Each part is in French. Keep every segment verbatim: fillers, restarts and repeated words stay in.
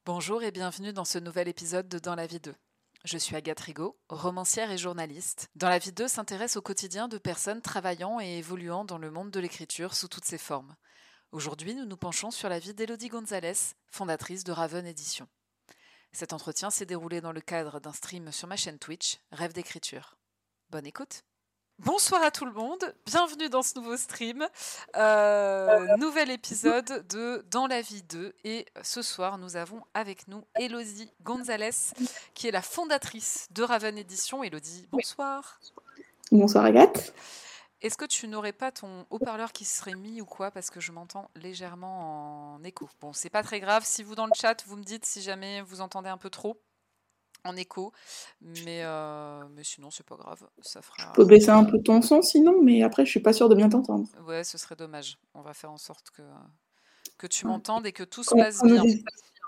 Bonjour et bienvenue dans ce nouvel épisode de Dans la vie deux. Je suis Agathe Rigaud, romancière et journaliste. Dans la vie deux s'intéresse au quotidien de personnes travaillant et évoluant dans le monde de l'écriture sous toutes ses formes. Aujourd'hui, nous nous penchons sur la vie d'Élodie Gonzalez, fondatrice de Raven Éditions. Cet entretien s'est déroulé dans le cadre d'un stream sur ma chaîne Twitch, Rêve d'écriture. Bonne écoute! Bonsoir à tout le monde, bienvenue dans ce nouveau stream, euh, nouvel épisode de Dans la vie deux, et ce soir nous avons avec nous Élodie Gonzalez qui est la fondatrice de Raven Éditions. Élodie, bonsoir. Bonsoir Agathe. Est-ce que tu n'aurais pas ton haut-parleur qui serait mis ou quoi, parce que je m'entends légèrement en écho. Bon, c'est pas très grave, si vous dans le chat vous me dites si jamais vous entendez un peu trop en écho, mais, euh, mais sinon c'est pas grave, ça fera... Faut baisser un peu ton son sinon, mais après je suis pas sûre de bien t'entendre. Ouais, ce serait dommage. On va faire en sorte que, que tu Ouais. m'entendes et que tout se Qu'on- passe qu'on nous bien. dise-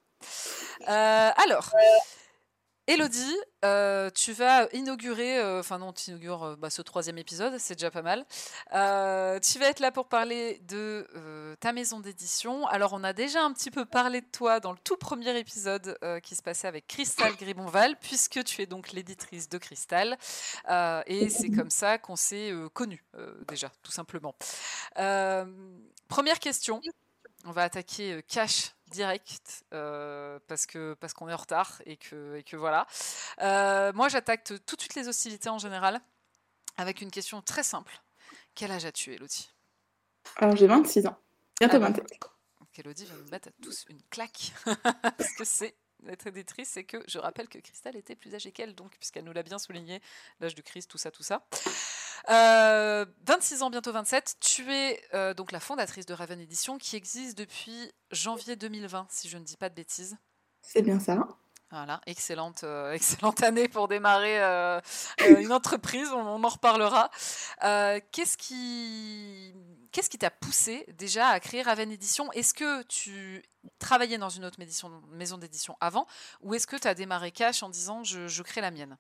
Euh, alors, Élodie, euh, tu vas inaugurer, euh, enfin non, tu inaugures euh, bah, ce troisième épisode, c'est déjà pas mal. Euh, tu vas être là pour parler de euh, ta maison d'édition. Alors, on a déjà un petit peu parlé de toi dans le tout premier épisode euh, qui se passait avec Cristal Gribonval, puisque tu es donc l'éditrice de Cristal. Euh, et c'est comme ça qu'on s'est euh, connus, euh, déjà, tout simplement. Euh, première question. On va attaquer euh, cash direct euh, parce que parce qu'on est en retard et que et que voilà. Euh, moi, j'attaque t- tout de suite les hostilités en général avec une question très simple. Quel âge as-tu, Élodie? Alors j'ai vingt-six ans, Ah bientôt bah, vingt-sept. donc Élodie va nous mettre à tous une claque parce que c'est notre éditrice, et que je rappelle que Cristal était plus âgée qu'elle, donc puisqu'elle nous l'a bien souligné, l'âge du Christ, tout ça, tout ça. Euh, vingt-six ans, bientôt vingt-sept. Tu es euh, donc la fondatrice de Raven Éditions qui existe depuis janvier deux mille vingt, si je ne dis pas de bêtises. C'est bien ça. Voilà, excellente, euh, excellente année pour démarrer euh, euh, une entreprise, on, on en reparlera. Euh, qu'est-ce qui, qu'est-ce qui t'a poussé déjà à créer Raven Éditions? Est-ce que tu travaillais dans une autre maison, maison d'édition avant, ou est-ce que tu as démarré cash en disant je, je crée la mienne?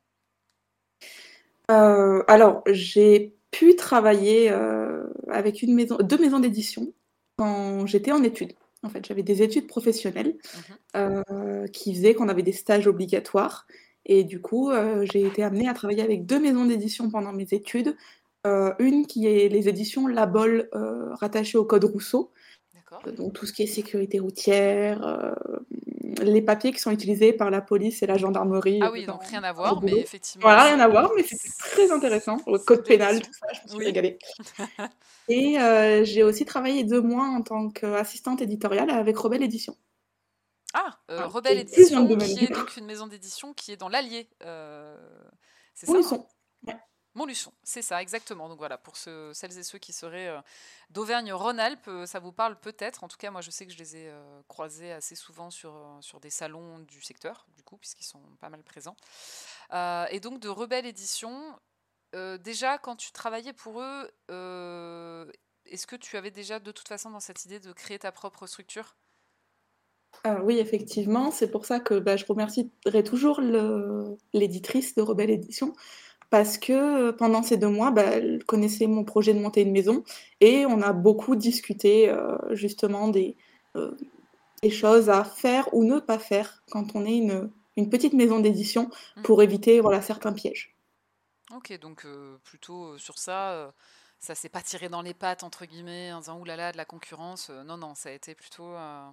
Euh, alors j'ai pu travailler euh, avec une maison, deux maisons d'édition quand j'étais en études. En fait, j'avais des études professionnelles Mhm. euh, qui faisaient qu'on avait des stages obligatoires. Et du coup, euh, j'ai été amenée à travailler avec deux maisons d'édition pendant mes études. Euh, une qui est les éditions Labol euh, rattachées au Code Rousseau. D'accord. Donc tout ce qui est sécurité routière, euh, les papiers qui sont utilisés par la police et la gendarmerie Ah euh, oui, dans, donc rien à dans leur voir, mais boulot. effectivement, Voilà, rien à c'est voir, mais c'était très intéressant. Le c'est code de pénal, l'édition. tout ça, je me suis Oui. régalée. Et euh, j'ai aussi travaillé deux mois en tant qu'assistante éditoriale avec Rebelle Édition. Ah, euh, Voilà, Rebelle c'est plus dans le Édition, domaine qui du est coup. donc une maison d'édition qui est dans l'Allier. euh, c'est Où ça, ils hein? sont. Ouais. Montluçon, c'est ça, exactement. Donc voilà, pour ceux, celles et ceux qui seraient euh, d'Auvergne-Rhône-Alpes, euh, ça vous parle peut-être. En tout cas, moi, je sais que je les ai euh, croisés assez souvent sur, euh, sur des salons du secteur, du coup, puisqu'ils sont pas mal présents. Euh, et donc, de Rebelle Édition, euh, déjà, quand tu travaillais pour eux, euh, est-ce que tu avais déjà, de toute façon, dans cette idée de créer ta propre structure? Euh, oui, effectivement, c'est pour ça que bah, je remercierai toujours le- l'éditrice de Rebelle Édition parce que euh, pendant ces deux mois, bah, elle connaissait mon projet de monter une maison et on a beaucoup discuté euh, justement des, euh, des choses à faire ou ne pas faire quand on est une, une petite maison d'édition Mhm. pour éviter voilà, certains pièges. Ok, donc euh, plutôt euh, sur ça, euh, ça s'est pas tiré dans les pattes, entre guillemets, en disant oulala, de la concurrence. Euh, non, non, ça a été plutôt euh,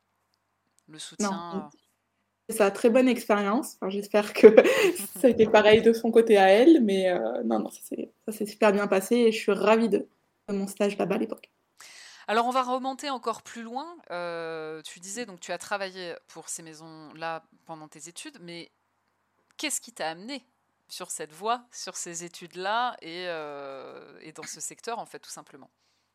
le Non, soutien. c'est ça, très bonne expérience. Enfin, j'espère que ça a été pareil de son côté à elle, mais euh, non, non, ça s'est ça s'est super bien passé et je suis ravie de, de mon stage là-bas à l'époque. Alors, on va remonter encore plus loin. Euh, tu disais, donc, tu as travaillé pour ces maisons-là pendant tes études, mais qu'est-ce qui t'a amené sur cette voie, sur ces études-là et, euh, et dans ce secteur, en fait, tout simplement?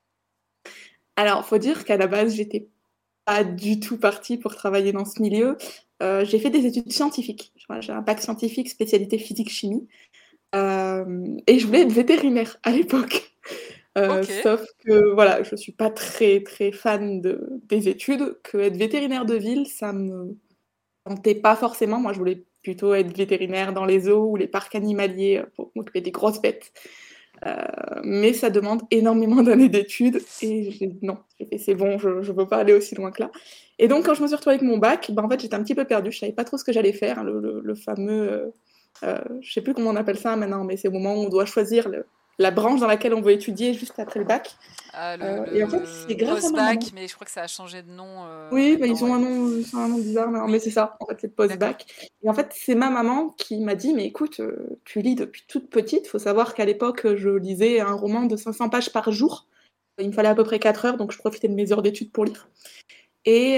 Alors, faut dire qu'à la base, j'étais pas du tout partie pour travailler dans ce milieu. Euh, j'ai fait des études scientifiques. Voilà, j'ai un bac scientifique spécialité physique-chimie. Euh, et je voulais être vétérinaire à l'époque. Euh, Ok. sauf que voilà, je suis pas très très fan de, des études. Que être vétérinaire de ville, ça me tentait pas forcément. Moi, je voulais plutôt être vétérinaire dans les zoos ou les parcs animaliers euh, pour m'occuper des grosses bêtes. Heu, mais ça demande énormément d'années d'études et j'ai dit: «Non», j'ai fait: «C'est bon, je je veux pas aller aussi loin que là» et donc quand je me suis retrouvée avec mon bac, bah, en fait, j'étais un petit peu perdue, je savais pas trop ce que j'allais faire, le le le fameux, heu heu, je sais plus comment on appelle ça maintenant, mais c'est au moment où on doit choisir le la branche dans laquelle on veut étudier juste après le bac, Ah, le heu et en fait, c'est le grâce à ma maman. post-bac, mais je crois que ça a changé de nom, heu, Oui, bah, maintenant, ils ont ouais. un nom, ils ont un nom bizarre maintenant, mais Oui, c'est ça, en fait, c'est le d'accord. post-bac et en fait, c'est ma maman qui m'a dit: «Mais écoute, heu, tu lis depuis toute petite». Faut savoir qu'à l'époque, heu, je lisais un roman de cinq cents pages par jour. Il me fallait à peu près quatre heures, donc je profitais de mes heures d'études pour lire et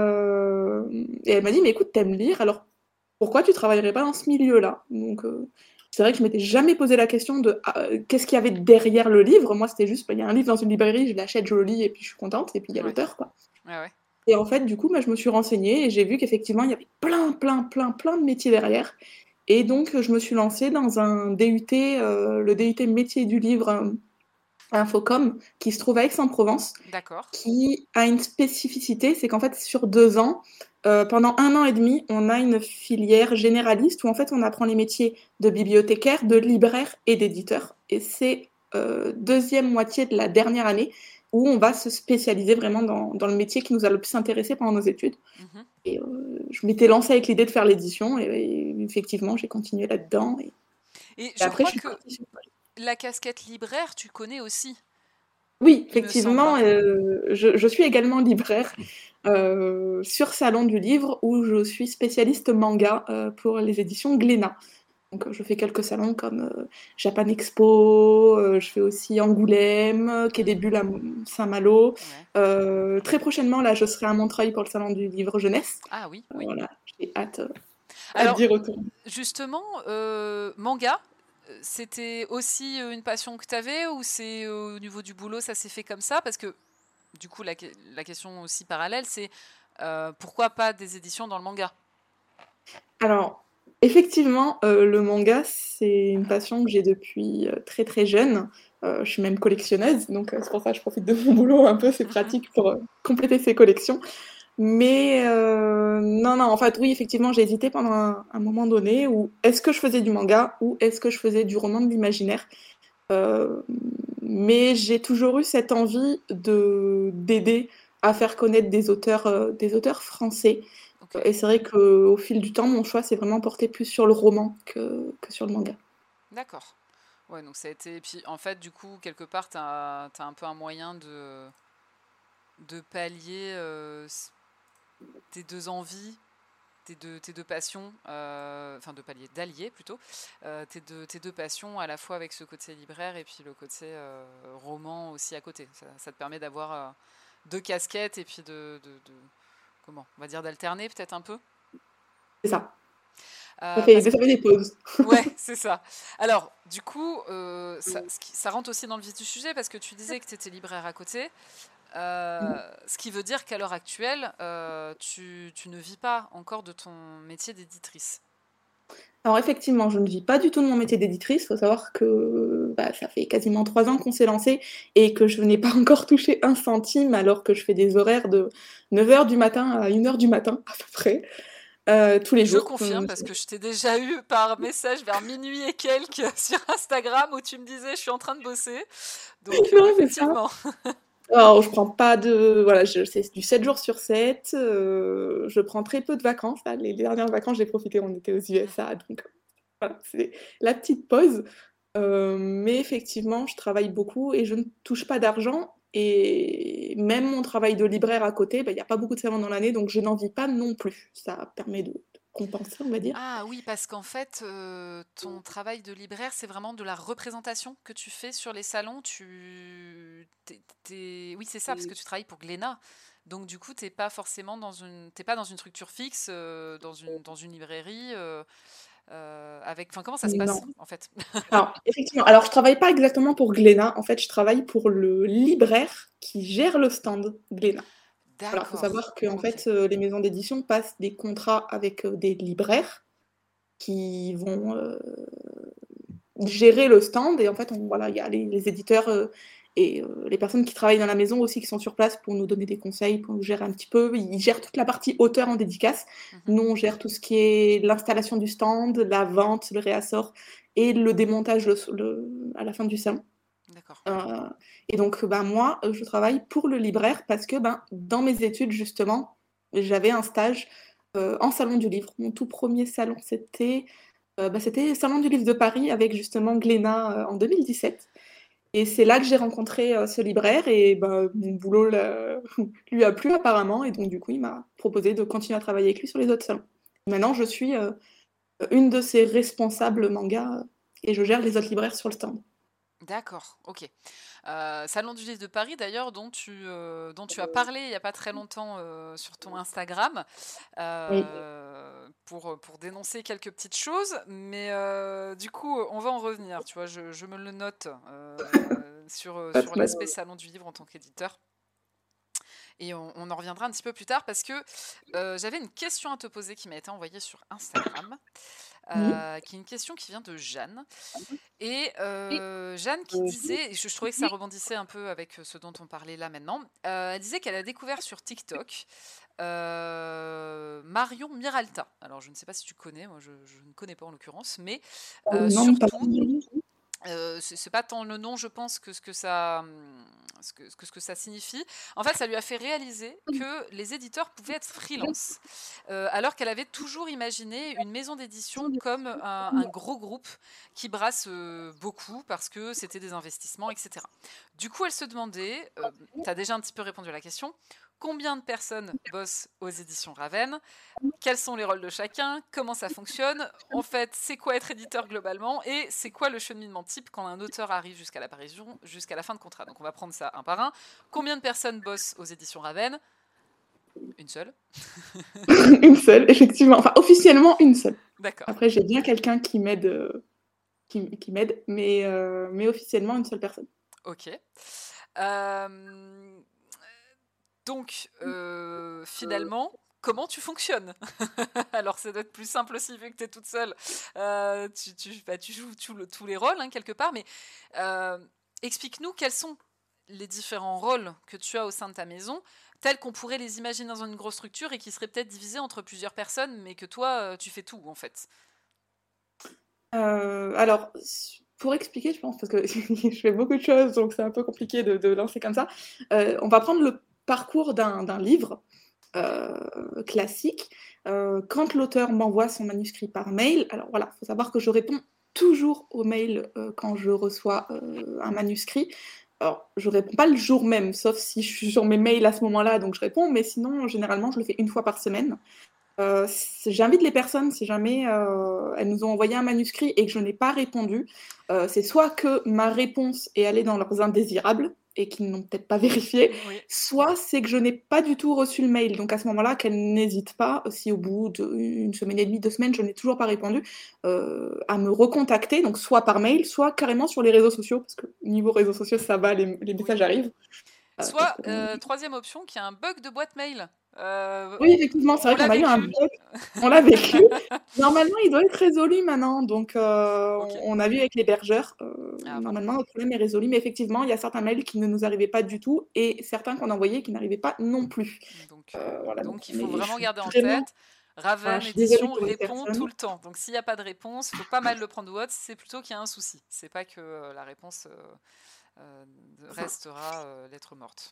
hem et elle m'a dit: «Mais écoute, tu aimes lire, alors pourquoi tu travaillerais pas dans ce milieu-là?» donc heu, c'est vrai que je m'étais jamais posé la question de ah, heu, qu'est-ce qu'il y avait derrière le livre? Moi, c'était juste, bah, il y a un livre dans une librairie, je l'achète, je le lis et puis je suis contente et puis il y a Ouais. l'auteur, quoi. Ouais, ouais. Et en fait, du coup, bah, je me suis renseignée et j'ai vu qu'effectivement, il y avait plein, plein, plein, plein de métiers derrière et donc heu, je me suis lancée dans un D U T, heu, le D U T métier du livre, hem, Infocom, qui se trouve à Aix-en-Provence, D'accord. qui a une spécificité, c'est qu'en fait, sur deux ans, heu, pendant un an et demi, on a une filière généraliste où en fait, on apprend les métiers de bibliothécaire, de libraire et d'éditeur et c'est, heu, deuxième moitié de la dernière année où on va se spécialiser vraiment dans dans le métier qui nous a le plus intéressé pendant nos études Mmh. et heu, je m'étais lancée avec l'idée de faire l'édition et et effectivement, j'ai continué là-dedans et Et et je après je crois suis que partie sur Paris. la casquette libraire, tu connais aussi, Oui, il me semble, effectivement, hein? heu, je je suis également libraire, heu, sur Salon du livre où je suis spécialiste manga, heu, pour les éditions Glénat. Donc heu, je fais quelques salons comme, heu, Japan Expo, heu, je fais aussi Angoulême, Quai des Mmh. Bulles à M Saint-Malo. Ouais. Heu, très prochainement, là, je serai à Montreuil pour le salon du livre jeunesse. Ah oui, Heu, oui. voilà, j'ai hâte, heu, hâte Alors d'y retourner. justement, heu, manga, heu, c'était aussi, heu, une passion que tu avais ou c'est, heu, au niveau du boulot, ça s'est fait comme ça? Parce que du coup, la ques la question aussi parallèle, c'est, heu, pourquoi pas des éditions dans le manga? Alors, effectivement, heu, le manga, c'est une passion que j'ai depuis, heu, très, très jeune. Heu, je suis même collectionneuse, donc heu, c'est pour ça que je profite de mon boulot un peu, c'est pratique pour, heu, compléter ses collections. Mais heu, non, non, en fait, oui, effectivement, j'ai hésité pendant un un moment donné où est-ce que je faisais du manga ou est-ce que je faisais du roman de l'imaginaire? Hem, mais j'ai toujours eu cette envie de d'aider à faire connaître des auteurs, heu, des auteurs français. Heu OK, et c'est vrai qu'au fil du temps, mon choix s'est vraiment porté plus sur le roman que que sur le manga. d'accord. Ouais, donc ça a été et puis, en fait, du coup, quelque part, tu as un peu un moyen de de pallier, heu, s tes deux envies, tes deux tes deux passions, heu, enfin de pallier, d'allier plutôt, heu, tes deux tes deux passions à la fois avec ce côté libraire et puis le côté, heu, roman aussi à côté. Ça ça te permet d'avoir, heu, deux casquettes et puis de de de comment? On va dire d'alterner peut-être un peu? C'est ça. Ça Heu, fait parce ça fait des pauses. Ouais, c'est ça. Alors, du coup, heu, ça ce qui ça rentre aussi dans le vif du sujet parce que tu disais que tu étais libraire à côté, Mmh. heu, ce qui veut dire qu'à l'heure actuelle, heu, tu tu ne vis pas encore de ton métier d'éditrice? Alors effectivement, je ne vis pas du tout de mon métier d'éditrice. Faut savoir que, bah, ça fait quasiment trois ans qu'on s'est lancé et que je n'ai pas encore touché un centime alors que je fais des horaires de neuf heures du matin à une heure du matin à peu près, heu, tous les Je jours. confirme Heu, parce que je t'ai déjà eu par message vers minuit et quelques sur Instagram où tu me disais: «Je suis en train de bosser», donc heu, non, c'est ça. effectivement. Alors je prends pas de voilà, je c'est du sept jours sur sept, heu, je prends très peu de vacances là, les dernières vacances, j'ai profité, on était aux U S A donc voilà, c'est la petite pause. Heu, mais effectivement, je travaille beaucoup et je ne touche pas d'argent et même mon travail de libraire à côté, bah, il y a pas beaucoup de salons dans l'année, donc je n'en vis pas non plus. Ça permet de de compenser, on va dire. Ah oui, parce qu'en fait, heu, ton travail de libraire, c'est vraiment de la représentation que tu fais sur les salons? Tu tu es oui, c'est ça, parce que tu travailles pour Glénat. Donc du coup, tu pas forcément dans une tu pas dans une structure fixe, heu, dans une dans une librairie, heu heu, avec enfin, comment ça se Non. passe, en fait? Alors effectivement, alors je travaille pas exactement pour Glénat, en fait, je travaille pour le libraire qui gère le stand Glénat. Voilà, faut D'accord, savoir qu'en OK. fait, heu, les maisons d'édition passent des contrats avec, heu, des libraires qui vont, heu, gérer le stand et en fait, on voilà, il y a les les éditeurs, heu et heu, les personnes qui travaillent dans la maison aussi qui sont sur place pour nous donner des conseils, pour nous gérer un petit peu. Ils gèrent toute la partie auteur en dédicace. Mmh. Nous, on gère tout ce qui est l'installation du stand, la vente, le réassort et le démontage le, le, à la fin du salon. D'accord. Euh, et donc, bah, moi, je travaille pour le libraire parce que ben, dans mes études, justement, j'avais un stage euh, en salon du livre. Mon tout premier salon, c'était euh, bah, c'était le Salon du livre de Paris avec justement Glénat euh, en deux mille dix-sept. Et c'est là que j'ai rencontré euh, ce libraire et bah, mon boulot là, lui a plu apparemment. Et donc, du coup, il m'a proposé de continuer à travailler avec lui sur les autres salons. Maintenant, je suis euh, une de ses responsables manga euh, et je gère les autres libraires sur le stand. D'accord, ok. Euh, Salon du livre de Paris, d'ailleurs, dont tu, euh, dont tu as parlé il n'y a pas très longtemps euh, sur ton Instagram, Oui. euh, pour, pour dénoncer quelques petites choses, mais euh, du coup, on va en revenir, tu vois, je, je me le note euh, sur, euh, Pas de sur mal. l'aspect Salon du livre en tant qu'éditeur. Et on, on en reviendra un petit peu plus tard parce que euh, j'avais une question à te poser qui m'a été envoyée sur Instagram, Mhm. euh, qui est une question qui vient de Jeanne. Et euh, Jeanne qui disait, et je, je trouvais que ça rebondissait un peu avec ce dont on parlait là maintenant, euh, elle disait qu'elle a découvert sur TikTok euh, Marion Miralta. Alors je ne sais pas si tu connais, moi je, je ne connais pas en l'occurrence, mais Euh, euh, non, pas surtout, euh, c'est c'est pas tant le nom, je pense, que ce que ça, hum, ce que, ce que, ce que ça signifie. En fait, ça lui a fait réaliser que les éditeurs pouvaient être freelance, euh, alors qu'elle avait toujours imaginé une maison d'édition comme un, un gros groupe qui brasse euh, beaucoup parce que c'était des investissements, et cetera. Du coup, elle se demandait, euh, tu as déjà un petit peu répondu à la question, combien de personnes bossent aux éditions Raven? Quels sont les rôles de chacun, comment ça fonctionne, en fait, c'est quoi être éditeur globalement, et c'est quoi le cheminement type quand un auteur arrive jusqu'à l'apparition, jusqu'à la fin de contrat. Donc on va prendre ça un par un. Combien de personnes bossent aux éditions Raven? Une seule. une seule, effectivement. Enfin, officiellement, une seule. D'accord. Après, j'ai bien quelqu'un qui m'aide, euh, qui, qui m'aide, mais, euh, mais officiellement, une seule personne. Ok. Euh, donc, euh, finalement, comment tu fonctionnes? Alors, ça doit être plus simple aussi vu que tu es toute seule. Euh, tu, tu, bah, tu joues tout le, tous les rôles, hein, quelque part, mais euh, explique-nous quels sont les différents rôles que tu as au sein de ta maison, tels qu'on pourrait les imaginer dans une grosse structure et qui seraient peut-être divisés entre plusieurs personnes, mais que toi, euh, tu fais tout, en fait. Euh, alors, pour expliquer, je pense, parce que je fais beaucoup de choses, donc c'est un peu compliqué de, de lancer comme ça, euh, on va prendre le parcours d'un d'un livre euh, classique. Euh, quand l'auteur m'envoie son manuscrit par mail, alors voilà, il faut savoir que je réponds toujours aux mails euh, quand je reçois euh, un manuscrit. Alors, je réponds pas le jour même, sauf si je suis sur mes mails à ce moment-là, donc je réponds, mais sinon, généralement, je le fais une fois par semaine. Euh, si- J'invite les personnes, si jamais euh, elles nous ont envoyé un manuscrit et que je n'ai pas répondu, euh, c'est soit que ma réponse est allée dans leurs indésirables et qu'ils n'ont peut-être pas vérifié, Oui. soit c'est que je n'ai pas du tout reçu le mail. Donc à ce moment-là, qu'elles n'hésitent pas, si au bout d'une semaine et demie, deux semaines, je n'ai toujours pas répondu, euh, à me recontacter, donc soit par mail, soit carrément sur les réseaux sociaux, parce que niveau réseaux sociaux, ça va, les, les Oui. messages arrivent. Euh, parce Soit, que, euh, troisième option, qui a un bug de boîte mail. Euh, Oui, effectivement, c'est on vrai l'a qu'on a eu un vécu. bug, on l'a vécu. Normalement, il doit être résolu maintenant. Donc, euh, Ok. on, on a vu avec l'hébergeur, euh, Ah bon. normalement, le problème est résolu. Mais effectivement, il y a certains mails qui ne nous arrivaient pas du tout et certains qu'on envoyait qui n'arrivaient pas non plus. Donc, Euh, euh, voilà, donc, donc il on faut est- je vraiment suis garder en vraiment, tête, voilà, je Raven suis désolée Édition pour les répond tout personnes. le temps. Donc s'il n'y a pas de réponse, faut pas mal le prendre au haut, c'est plutôt qu'il y a un souci. C'est pas que euh, la réponse euh, euh, restera euh, lettre morte.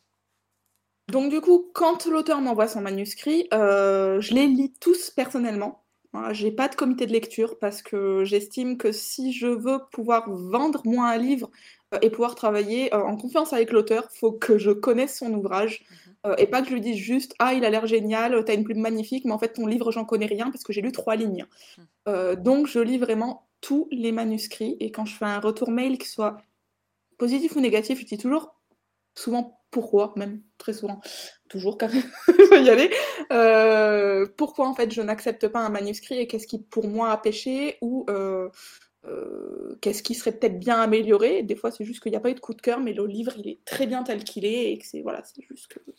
Donc du coup, quand l'auteur m'envoie son manuscrit, euh, je les lis tous personnellement. Voilà, j'ai pas de comité de lecture parce que j'estime que si je veux pouvoir vendre moi un livre euh, et pouvoir travailler euh, en confiance avec l'auteur, faut que je connaisse son ouvrage Mhm. euh, et pas que je lui dise juste ah il a l'air génial, t'as une plume magnifique, mais en fait ton livre j'en connais rien parce que j'ai lu trois lignes. Mhm. Euh, donc je lis vraiment tous les manuscrits et quand je fais un retour mail qui soit positif ou négatif, je dis toujours souvent pourquoi, même très souvent, toujours quand même, il faut y aller. Euh, pourquoi en fait je n'accepte pas un manuscrit et qu'est-ce qui pour moi a péché ou euh, euh, qu'est-ce qui serait peut-être bien amélioré. Des fois c'est juste qu'il n'y a pas eu de coup de cœur, mais le livre il est très bien tel qu'il est et que c'est voilà, c'est juste que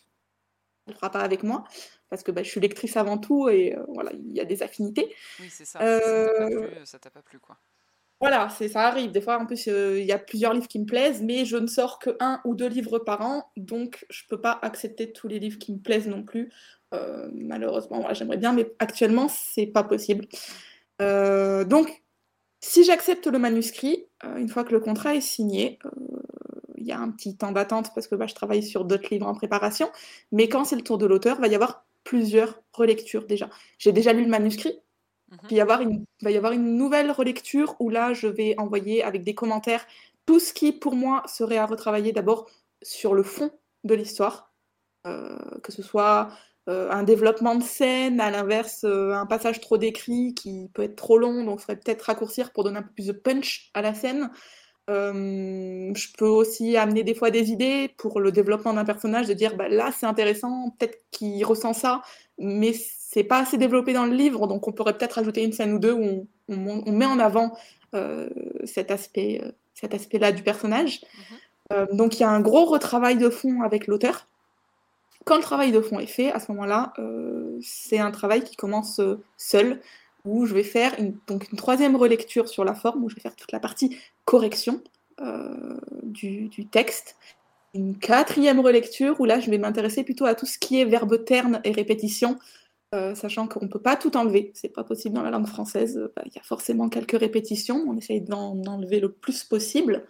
ne fera pas avec moi parce que bah, je suis lectrice avant tout et euh, voilà, il y a des affinités. Oui, c'est ça. Si ça t'a pas Euh, plu, ça t'a pas plu, quoi. voilà, c'est, ça arrive. Des fois, en plus, euh, il y a plusieurs livres qui me plaisent, mais je ne sors que un ou deux livres par an, donc je peux pas accepter tous les livres qui me plaisent non plus. Euh, malheureusement, voilà, j'aimerais bien, mais actuellement, c'est pas possible. Euh, donc, Si j'accepte le manuscrit, euh, une fois que le contrat est signé, euh, il y a un petit temps d'attente parce que bah, je travaille sur d'autres livres en préparation, mais quand c'est le tour de l'auteur, il va y avoir plusieurs relectures déjà. J'ai déjà lu le manuscrit, Mhm. puis il y avoir une- va y avoir une nouvelle relecture où là, je vais envoyer avec des commentaires tout ce qui, pour moi, serait à retravailler d'abord sur le fond de l'histoire, euh, que ce soit euh, un développement de scène, à l'inverse, euh, un passage trop décrit qui peut être trop long, donc il faudrait peut-être raccourcir pour donner un peu plus de punch à la scène. Euh, je peux aussi amener des fois des idées pour le développement d'un personnage, de dire bah, là c'est intéressant, peut-être qu'il ressent ça, mais c'est pas assez développé dans le livre, donc on pourrait peut-être ajouter une scène ou deux où on, on- on met en avant euh, cet aspect, euh, cet aspect-là du personnage. Mhm. Euh, donc il y a un gros retravail de fond avec l'auteur. Quand le travail de fond est fait, à ce moment-là, euh, c'est un travail qui commence euh, seul, où je vais faire une, donc une troisième relecture sur la forme, où je vais faire toute la partie correction euh, du, du texte. Une quatrième relecture, où là, je vais m'intéresser plutôt à tout ce qui est verbe terne et répétition, euh, sachant qu'on ne peut pas tout enlever. C'est pas possible dans la langue française. Il bah, y a forcément quelques répétitions. On essaye d'en enlever le plus possible.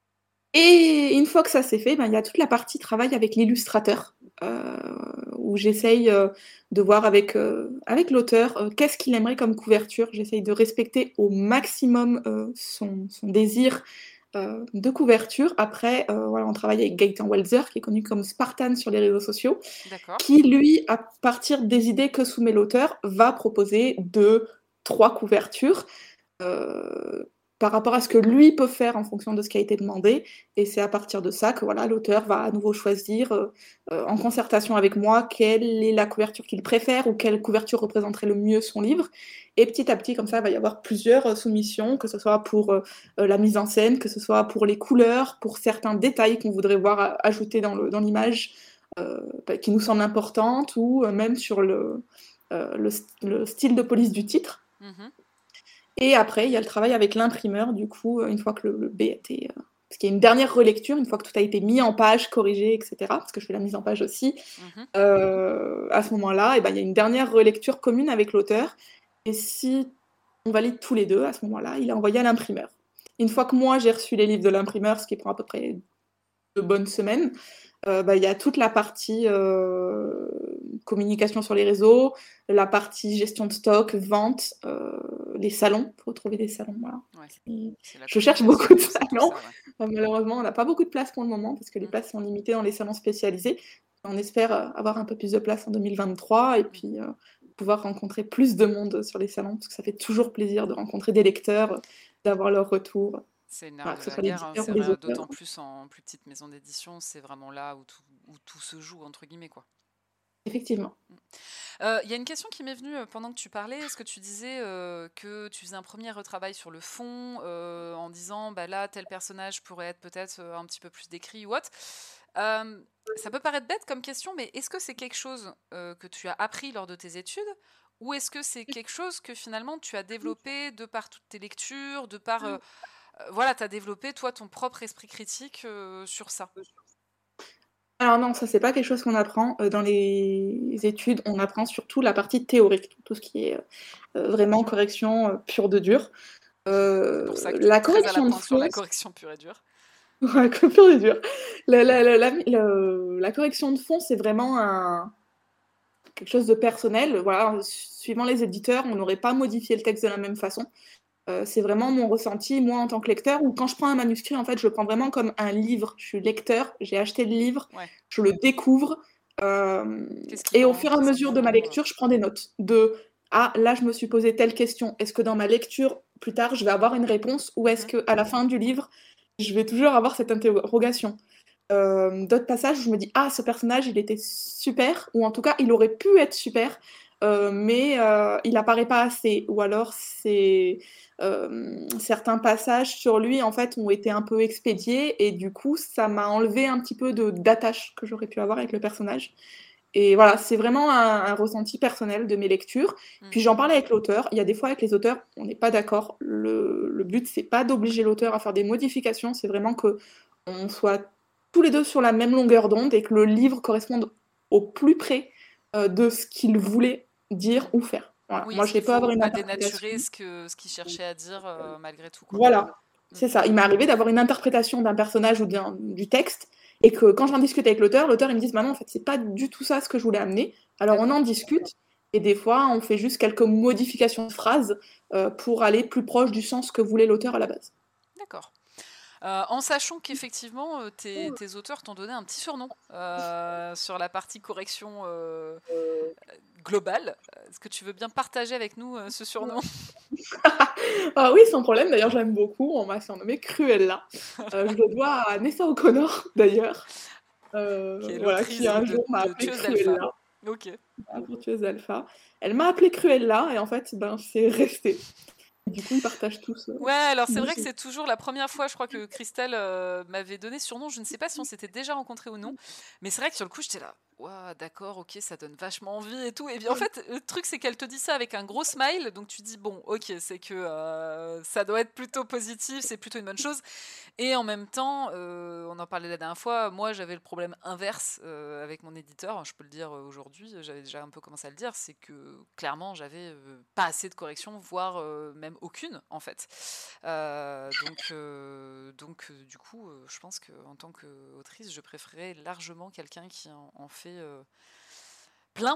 Et une fois que ça c'est fait, ben, il y a toute la partie travail avec l'illustrateur, euh, où j'essaye euh, de voir avec, euh, avec l'auteur euh, qu'est-ce qu'il aimerait comme couverture. J'essaye de respecter au maximum euh, son, son désir euh, de couverture. Après, euh, voilà, on travaille avec Gaëtan Walzer, qui est connu comme Spartan sur les réseaux sociaux, D'accord. qui, lui, à partir des idées que soumet l'auteur, va proposer deux, trois couvertures euh, par rapport à ce que lui peut faire en fonction de ce qui a été demandé. Et c'est à partir de ça que voilà, l'auteur va à nouveau choisir, euh, euh, en concertation avec moi, quelle est la couverture qu'il préfère ou quelle couverture représenterait le mieux son livre. Et petit à petit, comme ça, il va y avoir plusieurs euh, soumissions, que ce soit pour euh, euh, la mise en scène, que ce soit pour les couleurs, pour certains détails qu'on voudrait voir euh, ajoutés dans le, dans l'image, euh, bah, qui nous semblent importantes, ou euh, même sur le, euh, le, le style de police du titre. Mhm. Et après, il y a le travail avec l'imprimeur, du coup, euh, une fois que le, le B a été... euh, parce qu'il y a une dernière relecture, une fois que tout a été mis en page, corrigé, et cetera, parce que je fais la mise en page aussi, Mhm. euh, à ce moment-là, eh ben, il y a une dernière relecture commune avec l'auteur. Et si on valide tous les deux, à ce moment-là, il est envoyé à l'imprimeur. Une fois que moi, j'ai reçu les livres de l'imprimeur, ce qui prend à peu près deux bonnes semaines, euh, bah, il y a toute la partie euh, communication sur les réseaux, la partie gestion de stock, vente, euh, les salons, pour trouver des salons. Voilà. Ouais. Et C'est la je cherche beaucoup communication, de c'est tout salons. ça, ouais. Euh, malheureusement, on n'a pas beaucoup de place pour le moment parce que les Mm. places sont limitées dans les salons spécialisés. On espère euh, avoir un peu plus de place en deux mille vingt-trois et Mm. puis euh, pouvoir rencontrer plus de monde sur les salons parce que ça fait toujours plaisir de rencontrer des lecteurs, euh, d'avoir leur retour, C'est le nerf voilà, que de ce la soit les guerre, hein. éditeurs C'est ou les vrai, auteurs. d'autant plus en plus petite maison d'édition, c'est vraiment là où tout, où tout se joue, entre guillemets, quoi. Effectivement. Euh, Il y a une question qui m'est venue euh, pendant que tu parlais. Est-ce que tu disais euh, que tu faisais un premier retravail sur le fond euh, en disant bah là tel personnage pourrait être peut-être euh, un petit peu plus décrit ou autre. Euh, Ça peut paraître bête comme question, mais est-ce que c'est quelque chose euh, que tu as appris lors de tes études ou est-ce que c'est quelque chose que finalement tu as développé de par toutes tes lectures, de par euh, euh, voilà, tu as développé toi ton propre esprit critique euh, sur ça? Alors non, ça c'est pas quelque chose qu'on apprend. Euh, dans les études, on apprend surtout la partie théorique, tout ce qui est euh, vraiment correction euh, pure de dur. C'est pour ça Euh, que tu es la très à la correction de pointe sur fond, la correction pure et dure. ouais, pure de dur. La, la- la- la- la- la correction de fond, c'est vraiment un, quelque chose de personnel. Voilà, suivant les éditeurs, on n'aurait pas modifié le texte de la même façon. Euh, c'est vraiment mon ressenti, moi, en tant que lecteur, ou quand je prends un manuscrit, en fait, je le prends vraiment comme un livre. Je suis lecteur, j'ai acheté le livre, Ouais. je le découvre, euh, Qu'est-ce qui et au manque, fur et à qu'est-ce qui mesure est de ma bon euh. lecture, je prends des notes. De, ah, là, je me suis posé telle question. Est-ce que dans ma lecture, plus tard, je vais avoir une réponse, ou est-ce Mhm. qu'à la fin du livre, je vais toujours avoir cette interrogation? Euh, d'autres passages où je me dis, ah, ce personnage, il était super, ou en tout cas, il aurait pu être super, euh, mais euh, il apparaît pas assez. Ou alors, c'est euh, certains passages sur lui, en fait, ont été un peu expédiés, et du coup, ça m'a enlevé un petit peu de d'attache que j'aurais pu avoir avec le personnage. Et voilà, c'est vraiment un, un ressenti personnel de mes lectures. Mm. Puis j'en parlais avec l'auteur. Il y a des fois avec les auteurs, on n'est pas d'accord. Le, le but, c'est pas d'obliger l'auteur à faire des modifications, c'est vraiment que on soit tous les deux sur la même longueur d'onde et que le livre corresponde au plus près euh, de ce qu'il voulait dire Mm. ou faire. Voilà. Oui, Moi, je vais il pas faut avoir une pas interprétation. dénaturer ce que ce qu'il cherchait à dire euh, malgré tout, quoi. Voilà, Mm. c'est ça. Il m'est arrivé d'avoir une interprétation d'un personnage ou d'un- du texte, et que quand j'en discute avec l'auteur, l'auteur il me dit, bah non, en fait, c'est pas du tout ça ce que je voulais amener. Alors on D'accord. en discute, et des fois, on fait juste quelques modifications de phrases euh, pour aller plus proche du sens que voulait l'auteur à la base. D'accord. Euh, en sachant qu'effectivement, euh, tes, tes auteurs t'ont donné un petit surnom euh, sur la partie correction euh, globale. Est-ce que tu veux bien partager avec nous euh, ce surnom? Ah oui, sans problème. D'ailleurs, j'aime beaucoup. On m'a surnommé Cruella. Euh, je le dois à Nessa O'Connor, d'ailleurs, Qui euh, est voilà, l'autrice qui un de, jour m'a de appelée Tueuse d'Alpha. Cruella, Ok. la virtueuse alpha. Elle m'a appelée Cruella, et en fait, ben, c'est resté. Et du coup, ils partagent tous euh, Ouais, alors c'est mon vrai que surnom. c'est toujours la première fois, je crois, que Christelle euh, m'avait donné ce surnom. Je ne sais pas si on s'était déjà rencontrés ou non, mais c'est vrai que sur le coup, j'étais là. Ouah, d'accord, ok, ça donne vachement envie et tout. Et bien en fait, le truc, c'est qu'elle te dit ça avec un gros smile, donc tu dis, bon, ok, c'est que euh, ça doit être plutôt positif, c'est plutôt une bonne chose. Et en même temps, euh, on en parlait la dernière fois, moi j'avais le problème inverse euh, avec mon éditeur, je peux le dire euh, aujourd'hui, j'avais déjà un peu commencé à le dire, c'est que clairement j'avais euh, pas assez de corrections, voire euh, même aucune en fait. Euh, donc euh, donc euh, du coup, euh, je pense qu'en tant qu'autrice, je préférais largement quelqu'un qui en, en fait euh, plein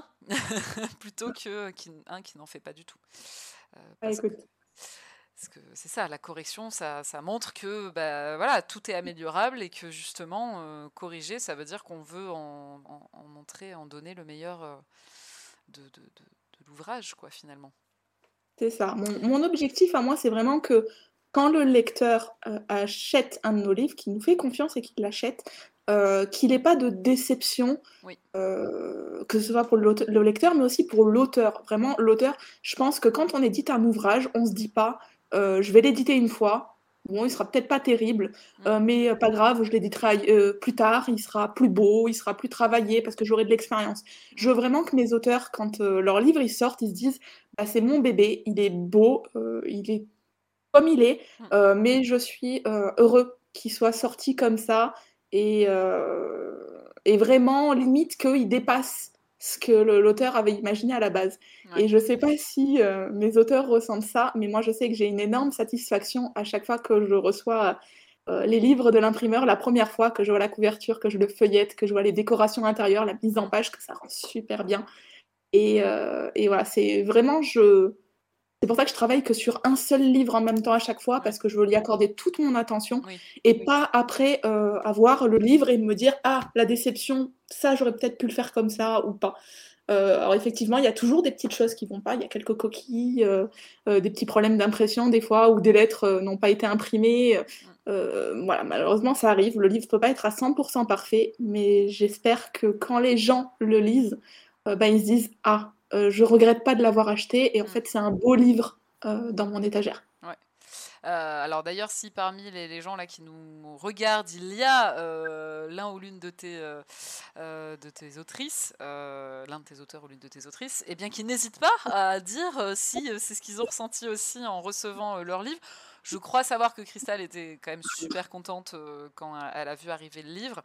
plutôt que qui, un qui n'en fait pas du tout. Euh, Ah, parce que écoute, parce que c'est ça, la correction, ça, ça montre que bah, voilà, tout est améliorable et que justement, euh, corriger, ça veut dire qu'on veut en, en- en montrer, en donner le meilleur euh, de, de- de- de l'ouvrage, quoi, finalement. c'est ça. Mon, mon objectif à moi, c'est vraiment que quand le lecteur euh, achète un de nos livres, qu'il nous fait confiance et qu'il l'achète, euh, qu'il n'ait pas de déception, Oui. euh, que ce soit pour le, le lecteur, mais aussi pour l'auteur. Vraiment, l'auteur, je pense que quand on édite un ouvrage, on se dit pas, euh, je vais l'éditer une fois. Bon, il sera peut-être pas terrible, Mm. euh, mais euh, pas grave, je l'éditerai euh, plus tard, il sera plus beau, il sera plus travaillé parce que j'aurai de l'expérience. Je Mm. veux vraiment que mes auteurs, quand euh, leur livre ils sortent, ils se disent, bah, c'est mon bébé, il est beau, euh, il est comme il est, Mm. euh, mais je suis euh, heureux qu'il soit sorti comme ça et, euh, et vraiment limite qu'il dépasse ce que le- l'auteur avait imaginé à la base. Ouais. Et je sais pas si euh, mes auteurs ressentent ça, mais moi je sais que j'ai une énorme satisfaction à chaque fois que je reçois euh, les livres de l'imprimeur, la première fois que je vois la couverture, que je le feuillette, que je vois les décorations intérieures, la mise en Mm. page, que ça rend super bien. Et, euh, et voilà, c'est vraiment, je, c'est pour ça que je travaille que sur un seul livre en même temps à chaque fois, Ouais. parce que je veux lui accorder toute mon attention Oui. et pas après euh, avoir le livre et me dire ah, la déception, ça j'aurais peut-être pu le faire comme ça ou pas. Euh, alors effectivement, il y a toujours des petites choses qui vont pas, il y a quelques coquilles, euh, euh, des petits problèmes d'impression des fois, où des lettres euh, n'ont pas été imprimées. Mm. Euh, voilà, malheureusement ça arrive, le livre peut pas être à cent pour cent parfait, mais j'espère que quand les gens le lisent, euh, ben, ils se disent ah, euh, je regrette pas de l'avoir acheté et en Mm. fait c'est un beau livre euh, dans mon étagère. Ouais. Euh, alors d'ailleurs, si parmi les, les gens là qui nous regardent, il y a euh, l'un ou l'une de tes, euh, euh, de tes autrices, euh, l'un de tes auteurs ou l'une de tes autrices, eh bien qu'ils n'hésitent pas à dire euh, si euh, c'est ce qu'ils ont ressenti aussi en recevant euh, leur livre. Je crois savoir que Christelle était quand même super contente euh, quand elle a vu arriver le livre.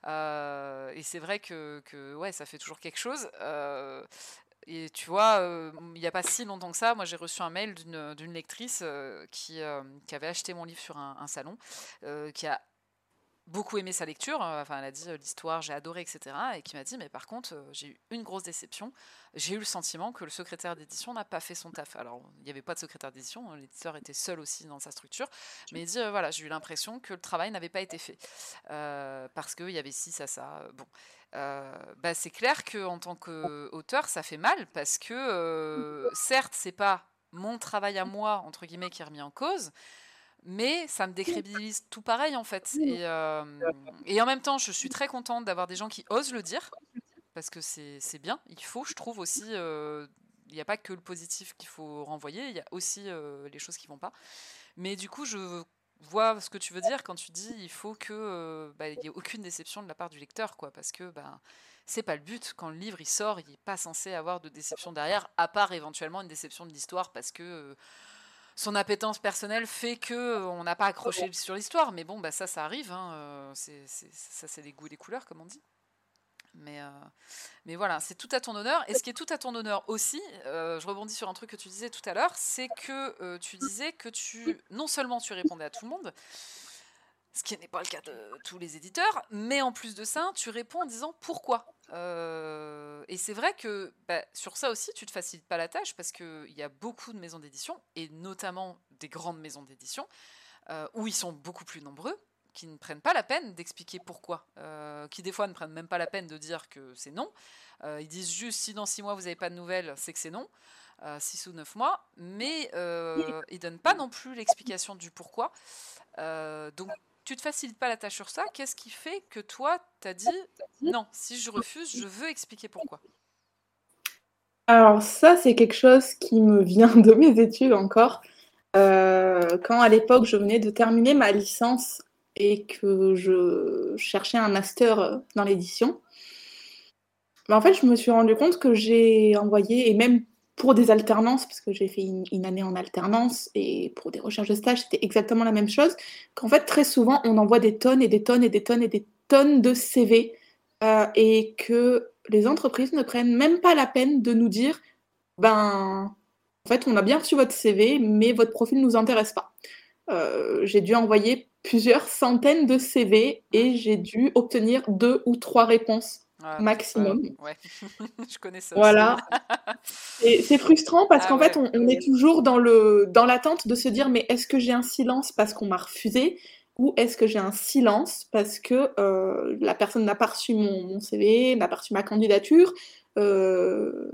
Euh, et c'est vrai que, que ouais, ça fait toujours quelque chose. Euh, et tu vois, euh, il n'y a pas si longtemps que ça, moi j'ai reçu un mail d'une d'une lectrice euh, qui, euh, qui avait acheté mon livre sur un, un salon, euh, qui a beaucoup aimé sa lecture, euh, enfin elle a dit euh, l'histoire, j'ai adoré, et cetera. Et qui m'a dit, mais par contre, euh, j'ai eu une grosse déception, j'ai eu le sentiment que le secrétaire d'édition n'a pas fait son taf. Alors, il n'y avait pas de secrétaire d'édition, hein, l'éditeur était seul aussi dans sa structure, mais il dit, euh, voilà, j'ai eu l'impression que le travail n'avait pas été fait, euh, parce qu'il y avait ci, ça, ça, euh, bon. Euh, bah, c'est clair qu'en tant qu'auteur, ça fait mal, parce que, euh, certes, c'est pas mon travail à moi, entre guillemets, qui est remis en cause, mais ça me décrédibilise tout pareil en fait. Et, euh, et en même temps, je suis très contente d'avoir des gens qui osent le dire, parce que c'est c'est bien. Il faut, je trouve aussi, euh, il n'y a pas que le positif qu'il faut renvoyer, il y a aussi euh, les choses qui vont pas. Mais du coup, je vois ce que tu veux dire quand tu dis il faut que euh, bah, il n'y ait aucune déception de la part du lecteur, quoi, parce que bah, c'est pas le but. Quand le livre il sort, il n'est pas censé avoir de déception derrière, à part éventuellement une déception de l'histoire, parce que euh, son appétence personnelle fait que euh, on n'a pas accroché sur l'histoire, mais bon, bah ça, ça arrive. Hein, euh, c'est, c'est- ça, c'est des goûts et des couleurs, comme on dit. Mais, euh, mais voilà, c'est tout à ton honneur. Et ce qui est tout à ton honneur aussi, euh, je rebondis sur un truc que tu disais tout à l'heure, c'est que euh, tu disais que tu, non seulement tu répondais à tout le monde, ce qui n'est pas le cas de tous les éditeurs, mais en plus de ça, tu réponds en disant pourquoi. Euh, et c'est vrai que bah, sur ça aussi, tu te facilites pas la tâche parce qu'il y a beaucoup de maisons d'édition, et notamment des grandes maisons d'édition, euh, où ils sont beaucoup plus nombreux, qui ne prennent pas la peine d'expliquer pourquoi, euh, qui des fois ne prennent même pas la peine de dire que c'est non. Euh, ils disent juste si dans six mois vous n'avez pas de nouvelles, c'est que c'est non, euh, six ou neuf mois, mais euh, ils donnent pas non plus l'explication du pourquoi. Euh, donc tu te facilites pas la tâche sur ça. Qu'est-ce qui fait que toi t'as dit non, si je refuse, je veux expliquer pourquoi? Alors ça, c'est quelque chose qui me vient de mes études encore. Euh, quand à l'époque, je venais de terminer ma licence et que je cherchais un master dans l'édition, bah, en fait, je me suis rendu compte que j'ai envoyé, et même pour des alternances, parce que j'ai fait une, une année en alternance, et pour des recherches de stage, c'était exactement la même chose, qu'en fait, très souvent, on envoie des tonnes et des tonnes et des tonnes et des tonnes de C V, euh, et que les entreprises ne prennent même pas la peine de nous dire, ben, en fait, on a bien reçu votre C V, mais votre profil ne nous intéresse pas. Euh, j'ai dû envoyer plusieurs centaines de C V et j'ai dû obtenir deux ou trois réponses Ah, maximum. euh, ouais, je connais ça aussi. Voilà. Et c'est frustrant parce Ah qu'en ouais. fait, on, on est toujours dans le dans l'attente de se dire mais est-ce que j'ai un silence parce qu'on m'a refusé ou est-ce que j'ai un silence parce que euh, la personne n'a pas reçu mon, mon C V, n'a pas reçu ma candidature, euh,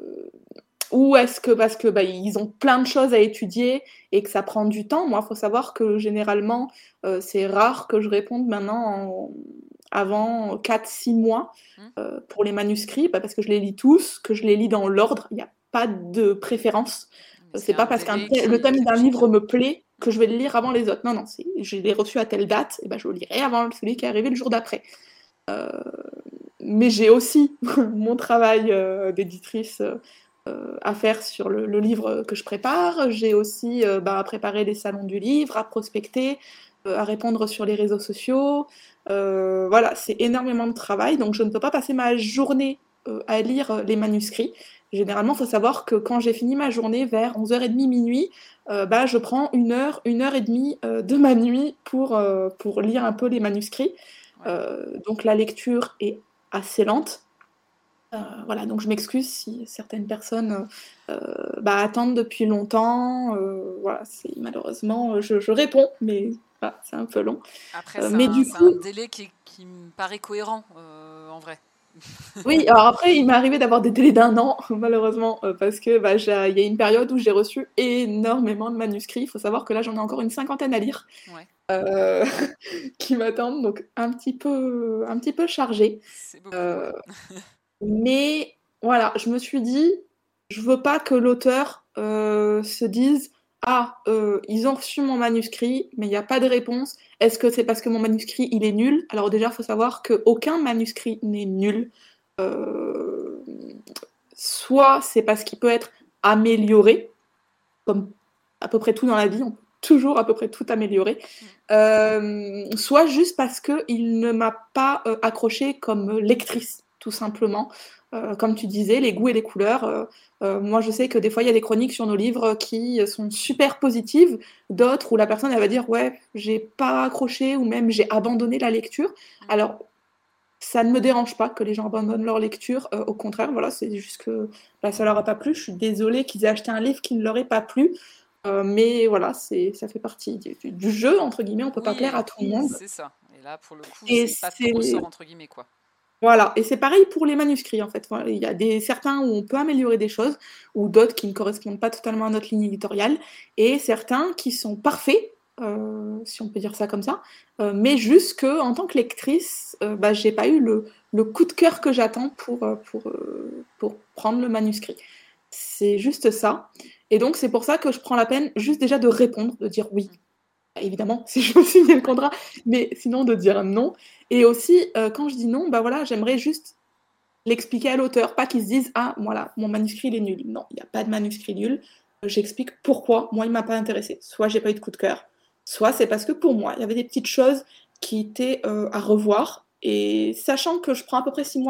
ou est-ce que parce que bah, ils ont plein de choses à étudier et que ça prend du temps. Moi, il faut savoir que généralement, euh, c'est rare que je réponde maintenant en- avant quatre six mois Hmm. euh, pour les manuscrits, bah, parce que je les lis tous, que je les lis dans l'ordre. Il n'y a pas de préférence. Mais C'est pas parce que qui... le thème d'un qui livre me plaît que je vais le lire avant les autres. Non, non, c'est, je l'ai reçu à telle date, et ben je le lirai avant celui qui est arrivé le jour d'après. Euh, mais j'ai aussi mon travail euh, d'éditrice euh, à faire sur le, le livre que je prépare. J'ai aussi euh, bah, à préparer les salons du livre, à prospecter, euh, à répondre sur les réseaux sociaux. Euh, voilà, c'est énormément de travail, donc je ne peux pas passer ma journée euh, à lire les manuscrits. Généralement, il faut savoir que quand j'ai fini ma journée vers onze heures trente, minuit, euh, bah, je prends une heure, une heure et demie euh, de ma nuit pour, euh, pour lire un peu les manuscrits. Ouais. Euh, donc la lecture est assez lente. Euh, voilà, donc je m'excuse si certaines personnes euh, bah, attendent depuis longtemps. Euh, voilà, c'est malheureusement, je, je réponds, mais voilà, c'est un peu long. Après, Euh, c'est mais un, du c'est coup, un délai qui, qui me paraît cohérent, euh, en vrai. oui, alors après, il m'est arrivé d'avoir des délais d'un an, malheureusement, euh, parce que bah, j'ai- il y a une période où j'ai reçu énormément de manuscrits. Il faut savoir que là, j'en ai encore une cinquantaine à lire Ouais, euh, qui m'attendent, donc un petit peu, un petit peu chargé. c'est beaucoup, ouais. Euh, Mais voilà, je me suis dit, je veux pas que l'auteur euh, se dise, ah, euh, ils ont reçu mon manuscrit, mais il n'y a pas de réponse. Est-ce que c'est parce que mon manuscrit il est nul? Alors déjà, il faut savoir qu'aucun manuscrit n'est nul. Euh, Soit c'est parce qu'il peut être amélioré, comme à peu près tout dans la vie, on peut toujours à peu près tout améliorer. Euh, soit juste parce qu'il ne m'a pas euh, accroché comme lectrice, tout simplement. Euh, comme tu disais, les goûts et les couleurs. Euh, euh, moi, je sais que des fois, il y a des chroniques sur nos livres qui sont super positives, d'autres où la personne, elle va dire, ouais, j'ai pas accroché ou même j'ai abandonné la lecture. Alors, ça ne me dérange pas que les gens abandonnent leur lecture. Euh, au contraire, voilà, c'est juste que bah, ça leur a pas plu. Je suis désolée qu'ils aient acheté un livre qui ne leur ait pas plu. Euh, mais voilà, c'est, ça fait partie du, du jeu, entre guillemets, on peut pas plaire Oui, à tout le monde. c'est ça. Et là, pour le coup, Et c'est pas de ton c'est, ressort, entre guillemets, quoi. voilà, et c'est pareil pour les manuscrits, en fait. Voilà, il y a des, certains où on peut améliorer des choses, ou d'autres qui ne correspondent pas totalement à notre ligne éditoriale, et certains qui sont parfaits, euh, si on peut dire ça comme ça, euh, mais juste que, en tant que lectrice, euh, bah, j'ai pas eu le, le coup de cœur que j'attends pour, euh, pour, euh, pour prendre le manuscrit. C'est juste ça. Et donc, c'est pour ça que je prends la peine juste déjà de répondre, de dire oui. Évidemment, si je veux signer le contrat, mais sinon de dire non. Et aussi, euh, quand je dis non, bah voilà, j'aimerais juste l'expliquer à l'auteur, pas qu'il se dise ah voilà, mon manuscrit il est nul. Non, il n'y a pas de manuscrit nul. Euh, J'explique pourquoi moi il m'a pas intéressé. Soit j'ai pas eu de coup de cœur, soit c'est parce que pour moi il y avait des petites choses qui étaient euh, à revoir. Et sachant que je prends à peu près six mois pour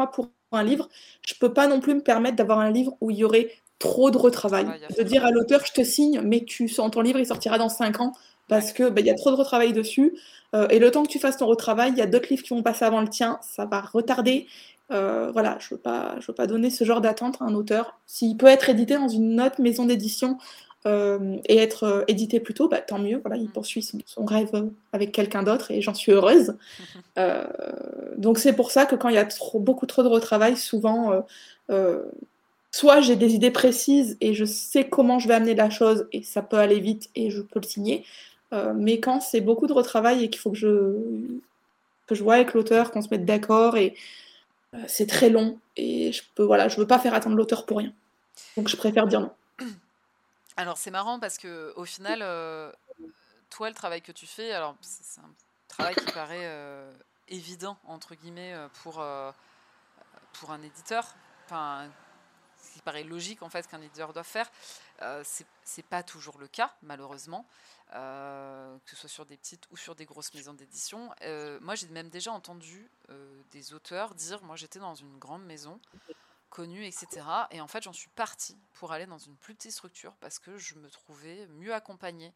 pour un livre, je peux pas non plus me permettre d'avoir un livre où il y aurait trop de retravail. Travail à De faire. dire à l'auteur, je te signe, mais tu, ton livre, il sortira dans cinq ans, parce Ouais. que bah, il y a trop de retravail dessus. Euh, et le temps que tu fasses ton retravail, il y a d'autres livres qui vont passer avant le tien, ça va retarder. Euh, voilà, je veux pas, je veux pas donner ce genre d'attente à un auteur. S'il peut être édité dans une autre maison d'édition euh, et être euh, édité plus tôt, bah, tant mieux. Voilà, il Mm. poursuit son, son rêve euh, avec quelqu'un d'autre et j'en suis heureuse. Euh, donc c'est pour ça que quand il y a trop, beaucoup trop de retravail, souvent, euh, euh, soit j'ai des idées précises et je sais comment je vais amener la chose et ça peut aller vite et je peux le signer. Euh, mais quand c'est beaucoup de retravail et qu'il faut que je, que je vois avec l'auteur, qu'on se mette d'accord et euh, c'est très long et je peux, voilà, je veux pas faire attendre l'auteur pour rien. Donc je préfère dire non. Alors c'est marrant parce que au final, euh, toi, le travail que tu fais, alors c'est c'est un travail qui paraît euh, évident entre guillemets euh, pour euh, pour un éditeur, enfin qui paraît logique en fait qu'un éditeur doit faire. Euh, c'est c'est pas toujours le cas malheureusement, euh, que ce soit sur des petites ou sur des grosses maisons d'édition. Euh, moi j'ai même déjà entendu euh, des auteurs dire, moi j'étais dans une grande maison connue, et cetera. Et en fait, j'en suis partie pour aller dans une plus petite structure parce que je me trouvais mieux accompagnée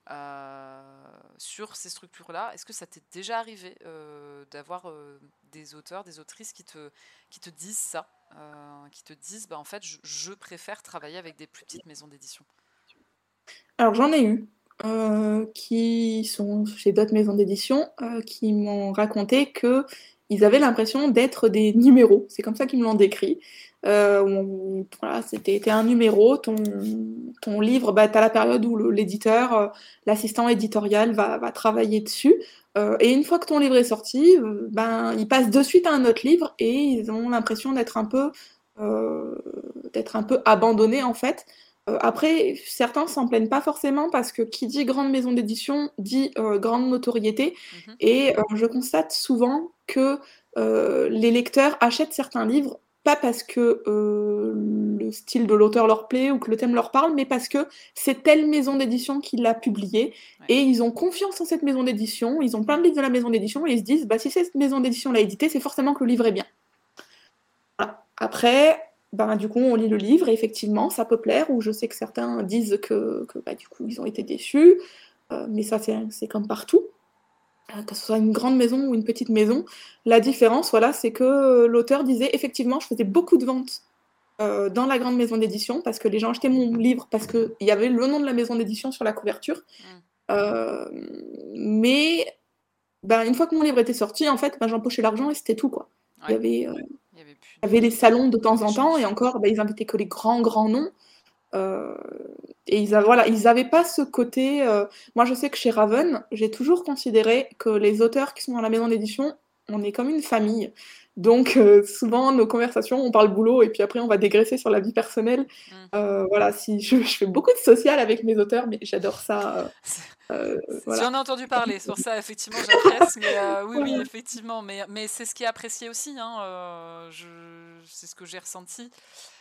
euh, sur ces structures-là. Est-ce que ça t'est déjà arrivé euh, d'avoir euh, des auteurs, des autrices qui te, qui te disent ça, euh, qui te disent, bah, en fait, je, je préfère travailler avec des plus petites maisons d'édition? Alors j'en ai eu euh, qui sont chez d'autres maisons d'édition euh, qui m'ont raconté que ils avaient l'impression d'être des numéros. C'est comme ça qu'ils me l'ont décrit. Euh, on- voilà, c'était c'était un numéro. Ton, ton livre, bah, tu as la période où le- l'éditeur, euh, l'assistant éditorial va, va travailler dessus. Euh, et une fois que ton livre est sorti, euh, ben, ils passent de suite à un autre livre et ils ont l'impression d'être un peu, euh, d'être un peu abandonnés en fait. Euh, après, certains s'en plaignent pas forcément parce que qui dit grande maison d'édition dit euh, grande notoriété. Mhm. Et euh, je constate souvent que euh, les lecteurs achètent certains livres pas parce que euh, le style de l'auteur leur plaît ou que le thème leur parle, mais parce que c'est telle maison d'édition qui l'a publié Ouais. et ils ont confiance en cette maison d'édition, ils ont plein de livres de la maison d'édition et ils se disent bah, si cette maison d'édition l'a édité, c'est forcément que le livre est bien. Voilà. Après, ben, du coup, on lit le livre et effectivement, ça peut plaire, ou je sais que certains disent que, que bah, du coup, ils ont été déçus, euh, mais ça, c'est c'est comme partout, euh, que ce soit une grande maison ou une petite maison. La différence, voilà, c'est que l'auteur disait, effectivement, je faisais beaucoup de ventes euh, dans la grande maison d'édition, parce que les gens achetaient mon livre, parce qu'il y avait le nom de la maison d'édition sur la couverture. Mm. Euh, mais ben, une fois que mon livre était sorti, en fait, ben, j'empochais l'argent et c'était tout, quoi. Il y Ouais. avait... euh, Il y avait plus il y avait de les salons de temps en temps, et d'échange. encore, bah, ils invitaient que les grands, grands noms. Euh, et ils, a- voilà, ils n'avaient pas ce côté. euh, Moi, je sais que chez Raven, j'ai toujours considéré que les auteurs qui sont dans la maison d'édition, on est comme une famille. Donc, euh, souvent, nos conversations, on parle boulot, et puis après, on va dégraisser sur la vie personnelle. Mm. Euh, voilà, si je, je fais beaucoup de social avec mes auteurs, mais j'adore ça. euh, euh, J'en voilà. ai entendu parler, c'est pour ça effectivement j'apprécie, mais euh, oui, oui, Voilà. effectivement, mais, mais c'est ce qui est apprécié aussi, hein, euh, je, c'est ce que j'ai ressenti,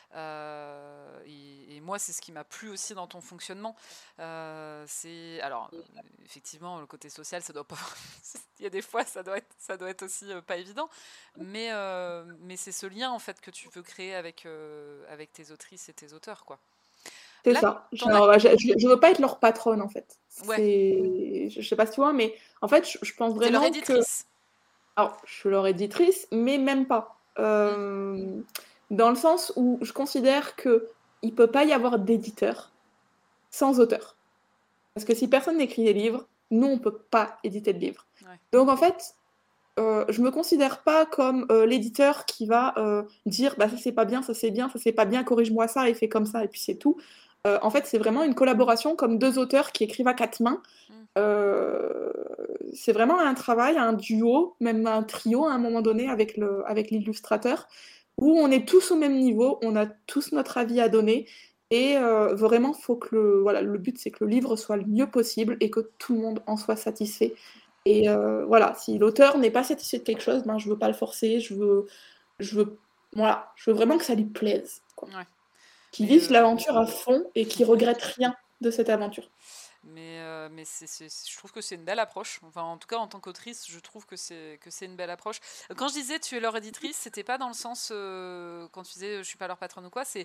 euh, et, et moi c'est ce qui m'a plu aussi dans ton fonctionnement. Euh, c'est, alors, euh, effectivement, le côté social, ça doit pas, il y a des fois ça doit être, ça doit être aussi euh, pas évident, mais, euh, mais c'est ce lien en fait que tu veux créer avec, euh, avec tes autrices et tes auteurs, quoi. C'est Là, ça. t'en as, Genre, je, je, je veux pas être leur patronne, en fait. ouais, C'est, je, je sais pas si tu vois, mais en fait, je, je pense t'es leur vraiment que éditrice. alors, je suis leur éditrice, mais même pas. Mm. Euh, dans le sens où je considère que il peut pas y avoir d'éditeur sans auteur. Parce que si personne n'écrit des livres, nous, on peut pas éditer de livres. Ouais. Donc, en fait, euh, je me considère pas comme euh, l'éditeur qui va euh, dire bah ça c'est pas bien, ça c'est bien, ça c'est pas bien, corrige-moi ça et fais comme ça et puis c'est tout. Euh, en fait, c'est vraiment une collaboration comme deux auteurs qui écrivent à quatre mains. Mm. Euh, c'est vraiment un travail, un duo, même un trio à un moment donné avec le, avec l'illustrateur, où on est tous au même niveau, on a tous notre avis à donner, et euh, vraiment, faut que le, voilà, le but c'est que le livre soit le mieux possible et que tout le monde en soit satisfait. Et euh, voilà, si l'auteur n'est pas satisfait de quelque chose, ben, je veux pas le forcer, je veux, je veux, voilà, je veux vraiment que ça lui plaise, quoi. Ouais. Qu'il Mais vive euh, l'aventure à fond et qu'il regrette rien de cette aventure. Mais, euh, mais c'est, c'est- je trouve que c'est une belle approche. Enfin, en tout cas, en tant qu'autrice, je trouve que c'est, que c'est une belle approche. Quand je disais tu es leur éditrice, c'était pas dans le sens euh, quand tu disais je suis pas leur patronne ou quoi. C'est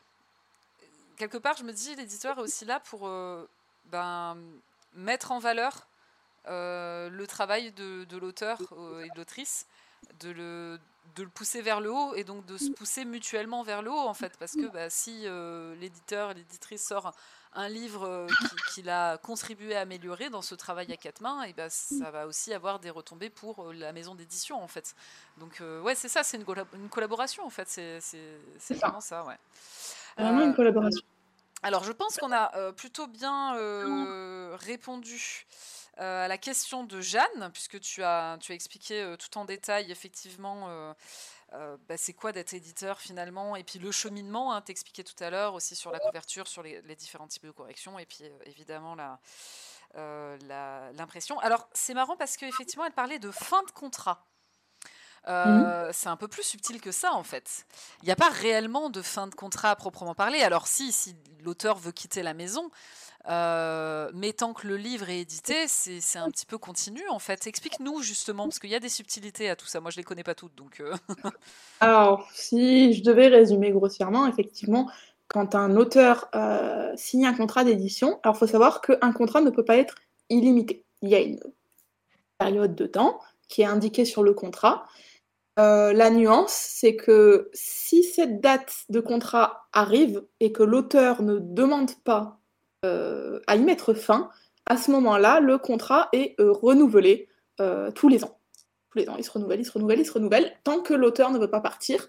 quelque part, je me dis l'éditeur est aussi là pour euh, ben, mettre en valeur euh, le travail de, de l'auteur euh, et de l'autrice, de le, de le pousser vers le haut et donc de se pousser mutuellement vers le haut en fait, parce que bah, si euh, l'éditeur et l'éditrice sort un livre euh, qui, qu'il a contribué à améliorer dans ce travail à quatre mains, et bah, ça va aussi avoir des retombées pour euh, la maison d'édition en fait. Donc euh, ouais, c'est ça, c'est une, collab- une collaboration en fait, c'est, c'est, c'est C'est ça, vraiment ça, ouais. vraiment une Euh, collaboration. alors, je pense qu'on a euh, plutôt bien euh, répondu euh, à la question de Jeanne, puisque tu as, tu as expliqué euh, tout en détail, effectivement, euh, euh, bah, c'est quoi d'être éditeur finalement, et puis le cheminement, hein, t'expliquais tout à l'heure aussi sur la couverture, sur les, les différents types de corrections, et puis euh, évidemment la, euh, la- l'impression. Alors, c'est marrant parce qu'effectivement, elle parlait de fin de contrat. Mhm. Euh, c'est un peu plus subtil que ça en fait. Il n'y a pas réellement de fin de contrat à proprement parler. Alors si, si l'auteur veut quitter la maison, euh, mais tant que le livre est édité, c'est, c'est un petit peu continu en fait. Explique-nous justement, parce qu'il y a des subtilités à tout ça. Moi je les connais pas toutes, donc euh, Alors, si je devais résumer grossièrement, effectivement, quand un auteur euh, signe un contrat d'édition, alors il faut savoir qu'un contrat ne peut pas être illimité. Il y a une période de temps qui est indiquée sur le contrat. Euh, la nuance, c'est que si cette date de contrat arrive et que l'auteur ne demande pas euh, à y mettre fin, à ce moment-là, le contrat est euh, renouvelé euh, tous les ans. Tous les ans, il se renouvelle, il se renouvelle, il se renouvelle, tant que l'auteur ne veut pas partir.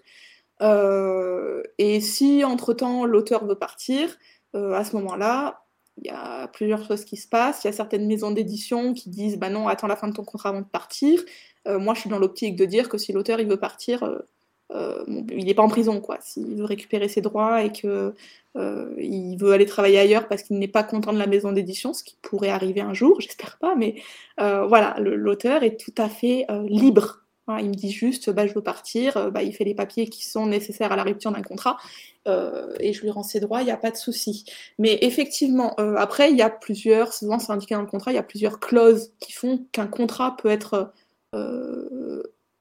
Euh, et si entre-temps l'auteur veut partir, euh, à ce moment-là, il y a plusieurs choses qui se passent. Il y a certaines maisons d'édition qui disent bah non, attends la fin de ton contrat avant de partir. Euh, moi, je suis dans l'optique de dire que si l'auteur il veut partir, euh, euh, bon, il n'est pas en prison, quoi. S'il veut récupérer ses droits et que euh, il veut aller travailler ailleurs parce qu'il n'est pas content de la maison d'édition, ce qui pourrait arriver un jour, j'espère pas, mais euh, voilà, le- l'auteur est tout à fait euh, libre. Voilà, il me dit juste, bah, je veux partir, euh, bah, il fait les papiers qui sont nécessaires à la rupture d'un contrat, euh, et je lui rends ses droits, il n'y a pas de souci. Mais effectivement, euh, après, il y a plusieurs, souvent c'est indiqué dans le contrat, il y a plusieurs clauses qui font qu'un contrat peut être euh,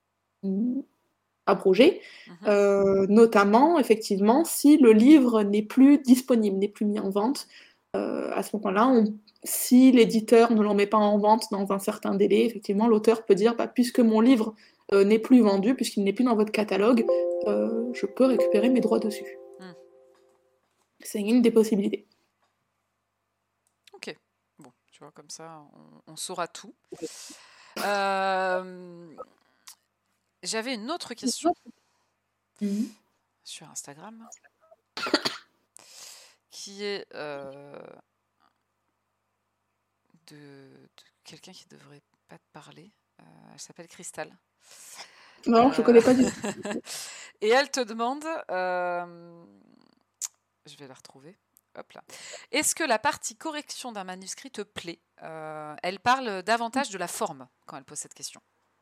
abrogé, mhm. euh, notamment, effectivement, si le livre n'est plus disponible, n'est plus mis en vente. Euh, à ce moment-là, on- si l'éditeur ne l'en met pas en vente dans un certain délai, effectivement, l'auteur peut dire, bah, puisque mon livre euh, n'est plus vendu, puisqu'il n'est plus dans votre catalogue, euh, je peux récupérer mes droits dessus. Hmm. C'est une des possibilités. Ok. Bon, tu vois, comme ça, on, on saura tout. Euh, j'avais une autre question Mhm. sur Instagram qui est euh, de, de quelqu'un qui devrait pas te parler. Euh, elle s'appelle Cristal. Non, je ne Euh, connais pas du tout. et elle te demande, euh, je vais la retrouver. Hop là. Est-ce que la partie correction d'un manuscrit te plaît? Euh, Elle parle davantage de la forme quand elle pose cette question.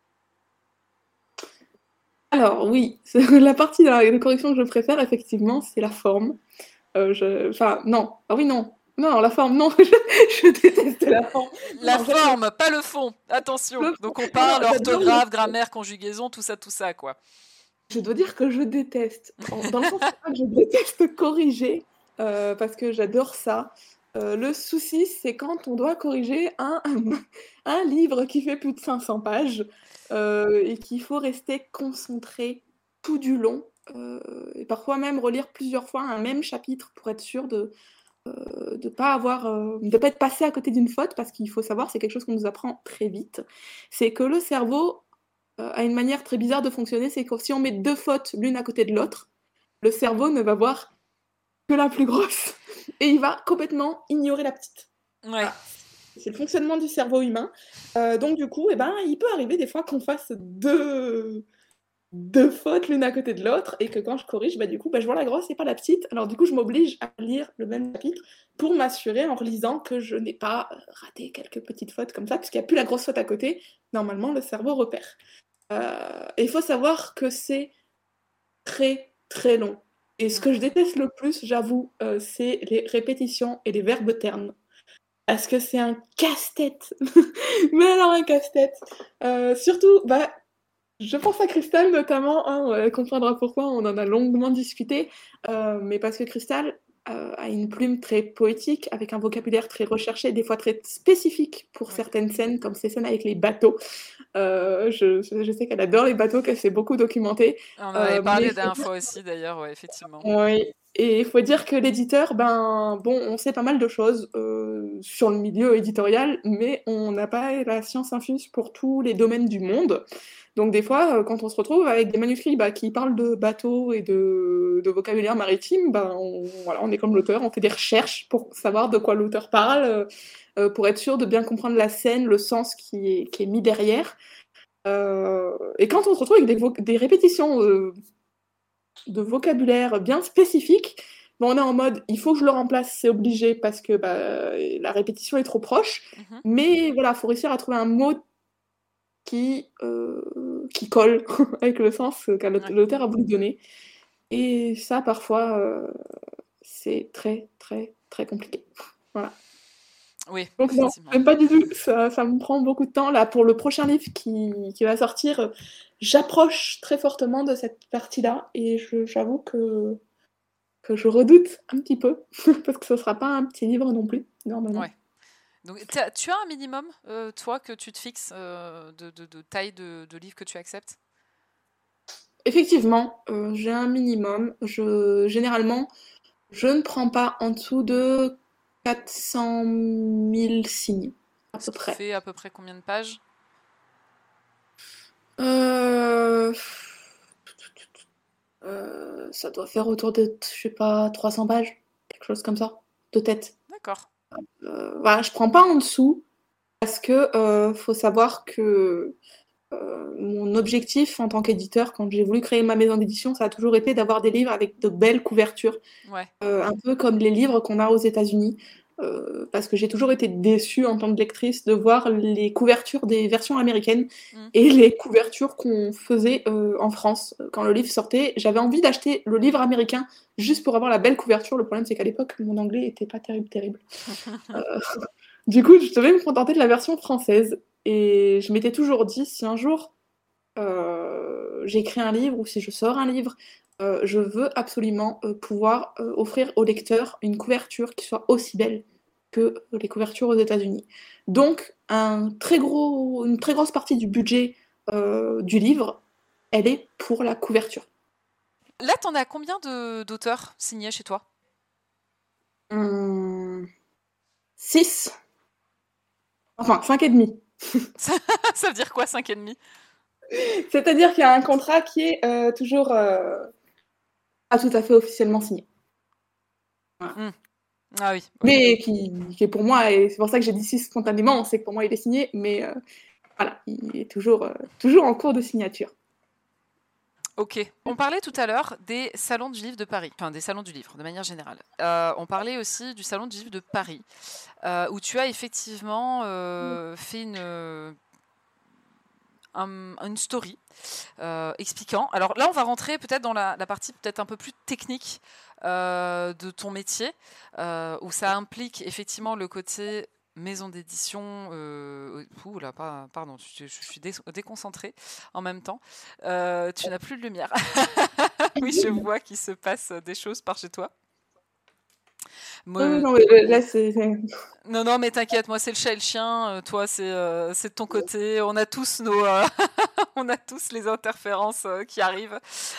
Alors oui, la partie de la de correction que je préfère, effectivement, c'est la forme. Euh, je... Enfin, non. Ah oui, non. Non, la forme, non. je, je déteste la forme. La Non, j'aime forme, pas le fond. Attention. le fond. Donc on Non, non, parle j'adore le orthographe, fond. grammaire, conjugaison, tout ça, tout ça, quoi. Je dois dire que je déteste. En- Dans le sens où je déteste corriger, euh, parce que j'adore ça. Euh, le souci, c'est quand on doit corriger un, un livre qui fait plus de cinq cents pages euh, et qu'il faut rester concentré tout du long. Euh, et parfois même relire plusieurs fois un même chapitre pour être sûr de euh, de pas avoir, euh, de pas être passé à côté d'une faute, parce qu'il faut savoir, c'est quelque chose qu'on nous apprend très vite, c'est que le cerveau euh, a une manière très bizarre de fonctionner, c'est que si on met deux fautes l'une à côté de l'autre, le cerveau ne va voir que la plus grosse et il va complètement ignorer la petite. Ouais. Voilà. C'est le fonctionnement du cerveau humain. Euh, donc du coup, eh ben, il peut arriver des fois qu'on fasse deux, deux fautes l'une à côté de l'autre et que quand je corrige, bah, du coup, bah, je vois la grosse et pas la petite. Alors du coup, je m'oblige à lire le même chapitre pour m'assurer en relisant que je n'ai pas raté quelques petites fautes comme ça, puisqu'il n'y a plus la grosse faute à côté. Normalement, le cerveau repère. Euh, et il faut savoir que c'est très, très long. Et ce Mm. que je déteste le plus, j'avoue, euh, c'est les répétitions et les verbes ternes. Parce que c'est un casse-tête. Mais alors un casse-tête. Euh, surtout, bah, je pense à Crystal notamment, hein, elle comprendra pourquoi, on en a longuement discuté, euh, mais parce que Crystal euh, a une plume très poétique, avec un vocabulaire très recherché, des fois très spécifique pour Oui. certaines scènes, comme ces scènes avec les bateaux. Euh, je, je sais qu'elle adore les bateaux, qu'elle s'est beaucoup documentée. On en avait Euh, parlé mais la dernière fois aussi, d'ailleurs, ouais, effectivement. oui, et il faut dire que l'éditeur, ben, bon, on sait pas mal de choses euh, sur le milieu éditorial, mais on n'a pas la science infuse pour tous les domaines du monde. Donc des fois, euh, quand on se retrouve avec des manuscrits bah, qui parlent de bateaux et de, de vocabulaire maritime, ben, on, voilà, on est comme l'auteur, on fait des recherches pour savoir de quoi l'auteur parle, euh, euh, pour être sûr de bien comprendre la scène, le sens qui est, qui est mis derrière. Euh, et quand on se retrouve avec des, vo- des répétitions euh, de vocabulaire bien spécifique, bon, on est en mode il faut que je le remplace, c'est obligé parce que bah, la répétition est trop proche. Mhm. Mais voilà, il faut réussir à trouver un mot qui, euh, qui colle avec le sens que Ouais. l'auteur a voulu donner. Et ça, parfois, euh, c'est très, très, très compliqué. Voilà. Oui, Donc non, effectivement. même pas du tout. Ça, ça me prend beaucoup de temps. Là, pour le prochain livre qui, qui va sortir, j'approche très fortement de cette partie-là. Et je- j'avoue que que je redoute un petit peu, parce que ce sera pas un petit livre non plus, normalement. Ouais. Donc, t'as- tu as un minimum, euh, toi, que tu te fixes euh, de, de- de taille de, de livre que tu acceptes? Effectivement, euh, j'ai un minimum. Je, généralement, je ne prends pas en dessous de quatre cent mille signes, à Ce peu qui près. fait à peu près combien de pages? Euh, euh, ça doit faire autour de, je sais pas, trois cents pages, quelque chose comme ça, de tête. D'accord. Euh, voilà, je prends pas en dessous, parce que euh, faut savoir que Euh, mon objectif en tant qu'éditeur, quand j'ai voulu créer ma maison d'édition, ça a toujours été d'avoir des livres avec de belles couvertures, Ouais. euh, un peu comme les livres qu'on a aux États-Unis, euh, parce que j'ai toujours été déçue en tant que lectrice de voir les couvertures des versions américaines Mm. et les couvertures qu'on faisait euh, en France. Quand le livre sortait, j'avais envie d'acheter le livre américain juste pour avoir la belle couverture. Le problème, c'est qu'à l'époque, mon anglais était pas terrible, terrible. Euh, du coup, je devais me contenter de la version française. Et je m'étais toujours dit, si un jour euh, j'écris un livre ou si je sors un livre, euh, je veux absolument euh, pouvoir euh, offrir au lecteur une couverture qui soit aussi belle que les couvertures aux États-Unis. Donc, un très gros, une très grosse partie du budget euh, du livre, elle est pour la couverture. Là, t'en as combien de- d'auteurs signés chez toi? Hum, six. Enfin, cinq et demi. Ça, ça veut dire quoi, cinq et demi? C'est-à-dire qu'il y a un contrat qui est euh, toujours euh, pas tout à fait officiellement signé. Voilà. Mm. Ah oui, ok. Mais qui, qui est pour moi, et c'est pour ça que j'ai dit six spontanément, on sait que pour moi il est signé, mais euh, voilà, il est toujours, euh, toujours en cours de signature. Ok. On parlait tout à l'heure des salons du livre de Paris, enfin des salons du livre de manière générale. Euh, on parlait aussi du salon du livre de Paris, euh, où tu as effectivement euh, fait une, euh, un- une story euh, expliquant. Alors là, on va rentrer peut-être dans la, la partie peut-être un peu plus technique euh, de ton métier, euh, où ça implique effectivement le côté maison d'édition. Euh, ouh là, pas, pardon, je, je suis dé- déconcentrée en même temps. Euh, tu n'as plus de lumière. Oui, je vois qu'il se passe des choses par chez toi. Moi, Non, non, mais là, c'est. non, non, mais t'inquiète, moi c'est le chat et le chien, euh, toi c'est euh, c'est de ton côté. On a tous nos, euh, on a tous les interférences euh, qui arrivent.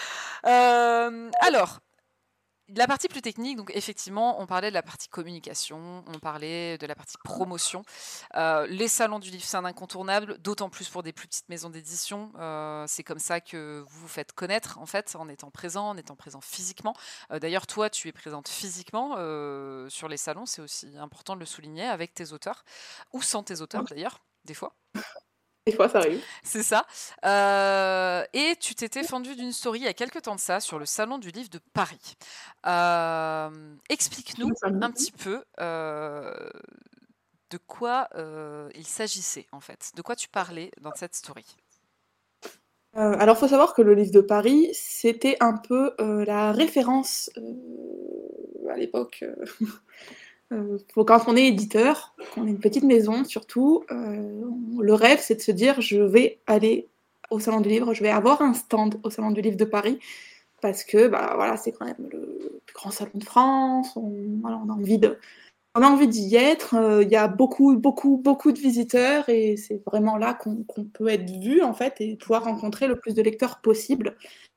Euh, alors, la partie plus technique, donc effectivement, on parlait de la partie communication, on parlait de la partie promotion. Euh, les salons du livre, c'est un incontournable, d'autant plus pour des plus petites maisons d'édition. Euh, c'est comme ça que vous vous faites connaître, en fait, en étant présent, en étant présent physiquement. Euh, D'ailleurs, toi, tu es présente physiquement euh, sur les salons, c'est aussi important de le souligner, avec tes auteurs, ou sans tes auteurs, d'ailleurs, des fois. Des fois, ça arrive. C'est ça. Euh, et tu t'étais fendu d'une story il y a quelques temps de ça sur le Salon du Livre de Paris. Euh, Explique-nous un petit peu euh, de quoi euh, il s'agissait en fait, de quoi tu parlais dans cette story. Euh, alors, il faut savoir que le livre de Paris, c'était un peu euh, la référence euh, à l'époque. Euh, euh, pour quand on est éditeur, quand on est une petite maison, surtout, euh, le rêve, c'est de se dire, je vais aller au Salon du Livre, je vais avoir un stand au Salon du Livre de Paris, parce que bah, voilà, c'est quand même le plus grand salon de France, on, voilà, on a envie de, on a envie d'y être, il euh, y a beaucoup, beaucoup, beaucoup de visiteurs, et c'est vraiment là qu'on qu'on peut être vu, en fait, et pouvoir rencontrer le plus de lecteurs possible.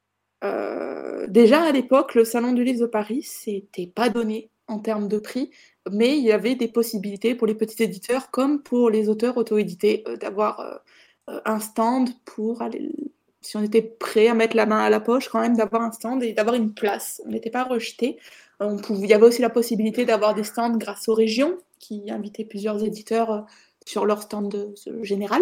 Euh, déjà, à l'époque, le Salon du Livre de Paris, c'était pas donné en termes de prix, mais il y avait des possibilités pour les petits éditeurs, comme pour les auteurs auto-édités, euh, d'avoir euh, un stand pour aller, si on était prêt à mettre la main à la poche, quand même d'avoir un stand et d'avoir une place. On n'était pas rejeté. On pouvait, il y avait aussi la possibilité d'avoir des stands grâce aux régions, qui invitaient plusieurs éditeurs euh, sur leur stand de, de, général.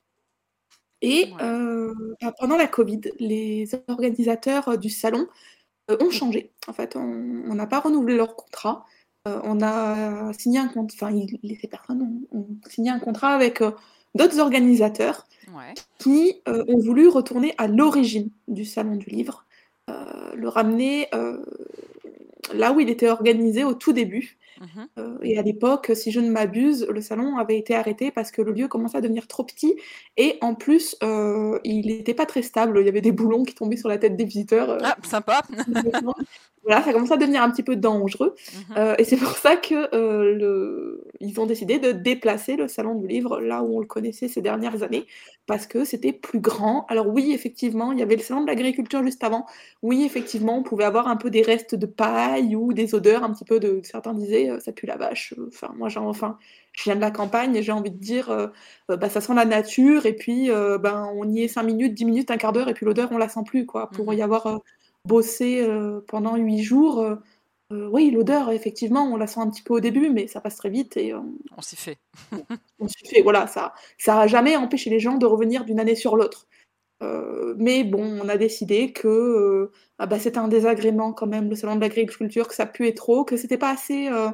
Et Ouais. euh, pendant la Covid, les organisateurs du salon euh, ont changé. En fait, on n'a pas renouvelé leur contrat. Euh, on a signé un contrat, enfin, ces personnes ont, ont, signé un contrat avec euh, d'autres organisateurs Ouais. qui euh, ont voulu retourner à l'origine du Salon du Livre, euh, le ramener euh, là où il était organisé au tout début. Mmh. Euh, et à l'époque, si je ne m'abuse, le salon avait été arrêté parce que le lieu commençait à devenir trop petit et en plus, euh, il n'était pas très stable. Il y avait des boulons qui tombaient sur la tête des visiteurs. Euh, Ah, sympa. Voilà, ça commençait à devenir un petit peu dangereux. Mmh. Euh, et c'est pour ça que euh, le... ils ont décidé de déplacer le Salon du Livre là où on le connaissait ces dernières années, parce que c'était plus grand. Alors oui, effectivement, il y avait le Salon de l'agriculture juste avant. Oui, effectivement, on pouvait avoir un peu des restes de paille ou des odeurs un petit peu de... Certains disaient, euh, ça pue la vache. Enfin, moi, j'ai enfin, je viens de la campagne et j'ai envie de dire, euh, euh, bah, ça sent la nature, et puis euh, ben, on y est cinq minutes, dix minutes, un quart d'heure, et puis l'odeur, on la sent plus, quoi. Pour Mmh. y avoir... Euh, bosser euh, pendant huit jours, euh, euh, oui, l'odeur, effectivement, on la sent un petit peu au début, mais ça passe très vite et euh, On s'y fait. on s'y fait. Voilà, ça ça a jamais empêché les gens de revenir d'une année sur l'autre. Euh, mais bon, on a décidé que euh, ah bah, c'était un désagrément quand même, le salon de l'agriculture, que ça puait trop, que c'était pas assez... Euh,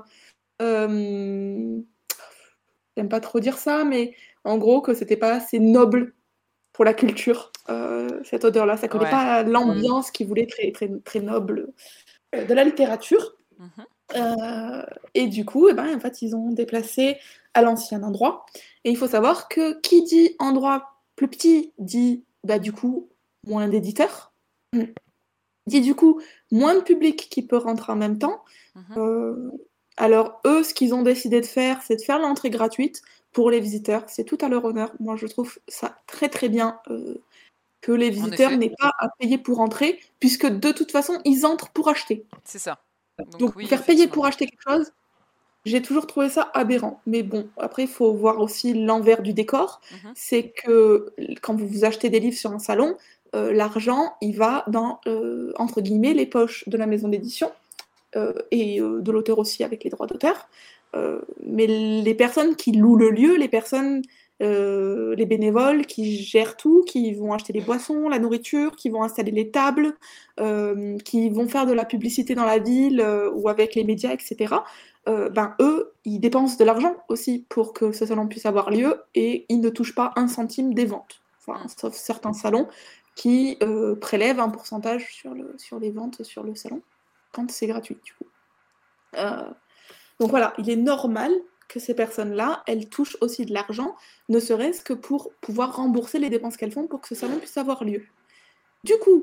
euh, j'aime pas trop dire ça, mais en gros, que c'était pas assez noble pour la culture, euh, cette odeur-là. Ça collait Ouais. pas à l'ambiance qui voulait très, très, très noble euh, de la littérature. Mmh. Euh, et du coup, eh ben, en fait, ils ont déplacé à l'ancien endroit. Et il faut savoir que qui dit endroit plus petit dit, bah, du coup, moins d'éditeurs. Mm. Dit du coup, moins de public qui peut rentrer en même temps. Mmh. Euh, alors, eux, ce qu'ils ont décidé de faire, c'est de faire l'entrée gratuite pour les visiteurs. C'est tout à leur honneur. Moi, je trouve ça très, très bien euh, que les En visiteurs effet, n'aient pas à payer pour entrer, puisque de toute façon, ils entrent pour acheter. c'est ça. Donc Donc, oui, faire payer effectivement. pour acheter quelque chose, j'ai toujours trouvé ça aberrant. Mais bon, après, il faut voir aussi l'envers du décor. Mmh. C'est que quand vous vous achetez des livres sur un salon, euh, l'argent, il va dans, euh, entre guillemets, les poches de la maison d'édition, euh, et euh, de l'auteur aussi avec les droits d'auteur. Euh, mais les personnes qui louent le lieu, les personnes, euh, les bénévoles qui gèrent tout, qui vont acheter les boissons, la nourriture, qui vont installer les tables, euh, qui vont faire de la publicité dans la ville euh, ou avec les médias, et cetera. Euh, ben eux, ils dépensent de l'argent aussi pour que ce salon puisse avoir lieu et ils ne touchent pas un centime des ventes. Enfin, Mmh. sauf certains salons qui euh, prélèvent un pourcentage sur, le, sur les ventes sur le salon quand c'est gratuit, du coup. Euh, donc voilà, il est normal que ces personnes-là, elles touchent aussi de l'argent, ne serait-ce que pour pouvoir rembourser les dépenses qu'elles font pour que ce salon puisse avoir lieu. Du coup,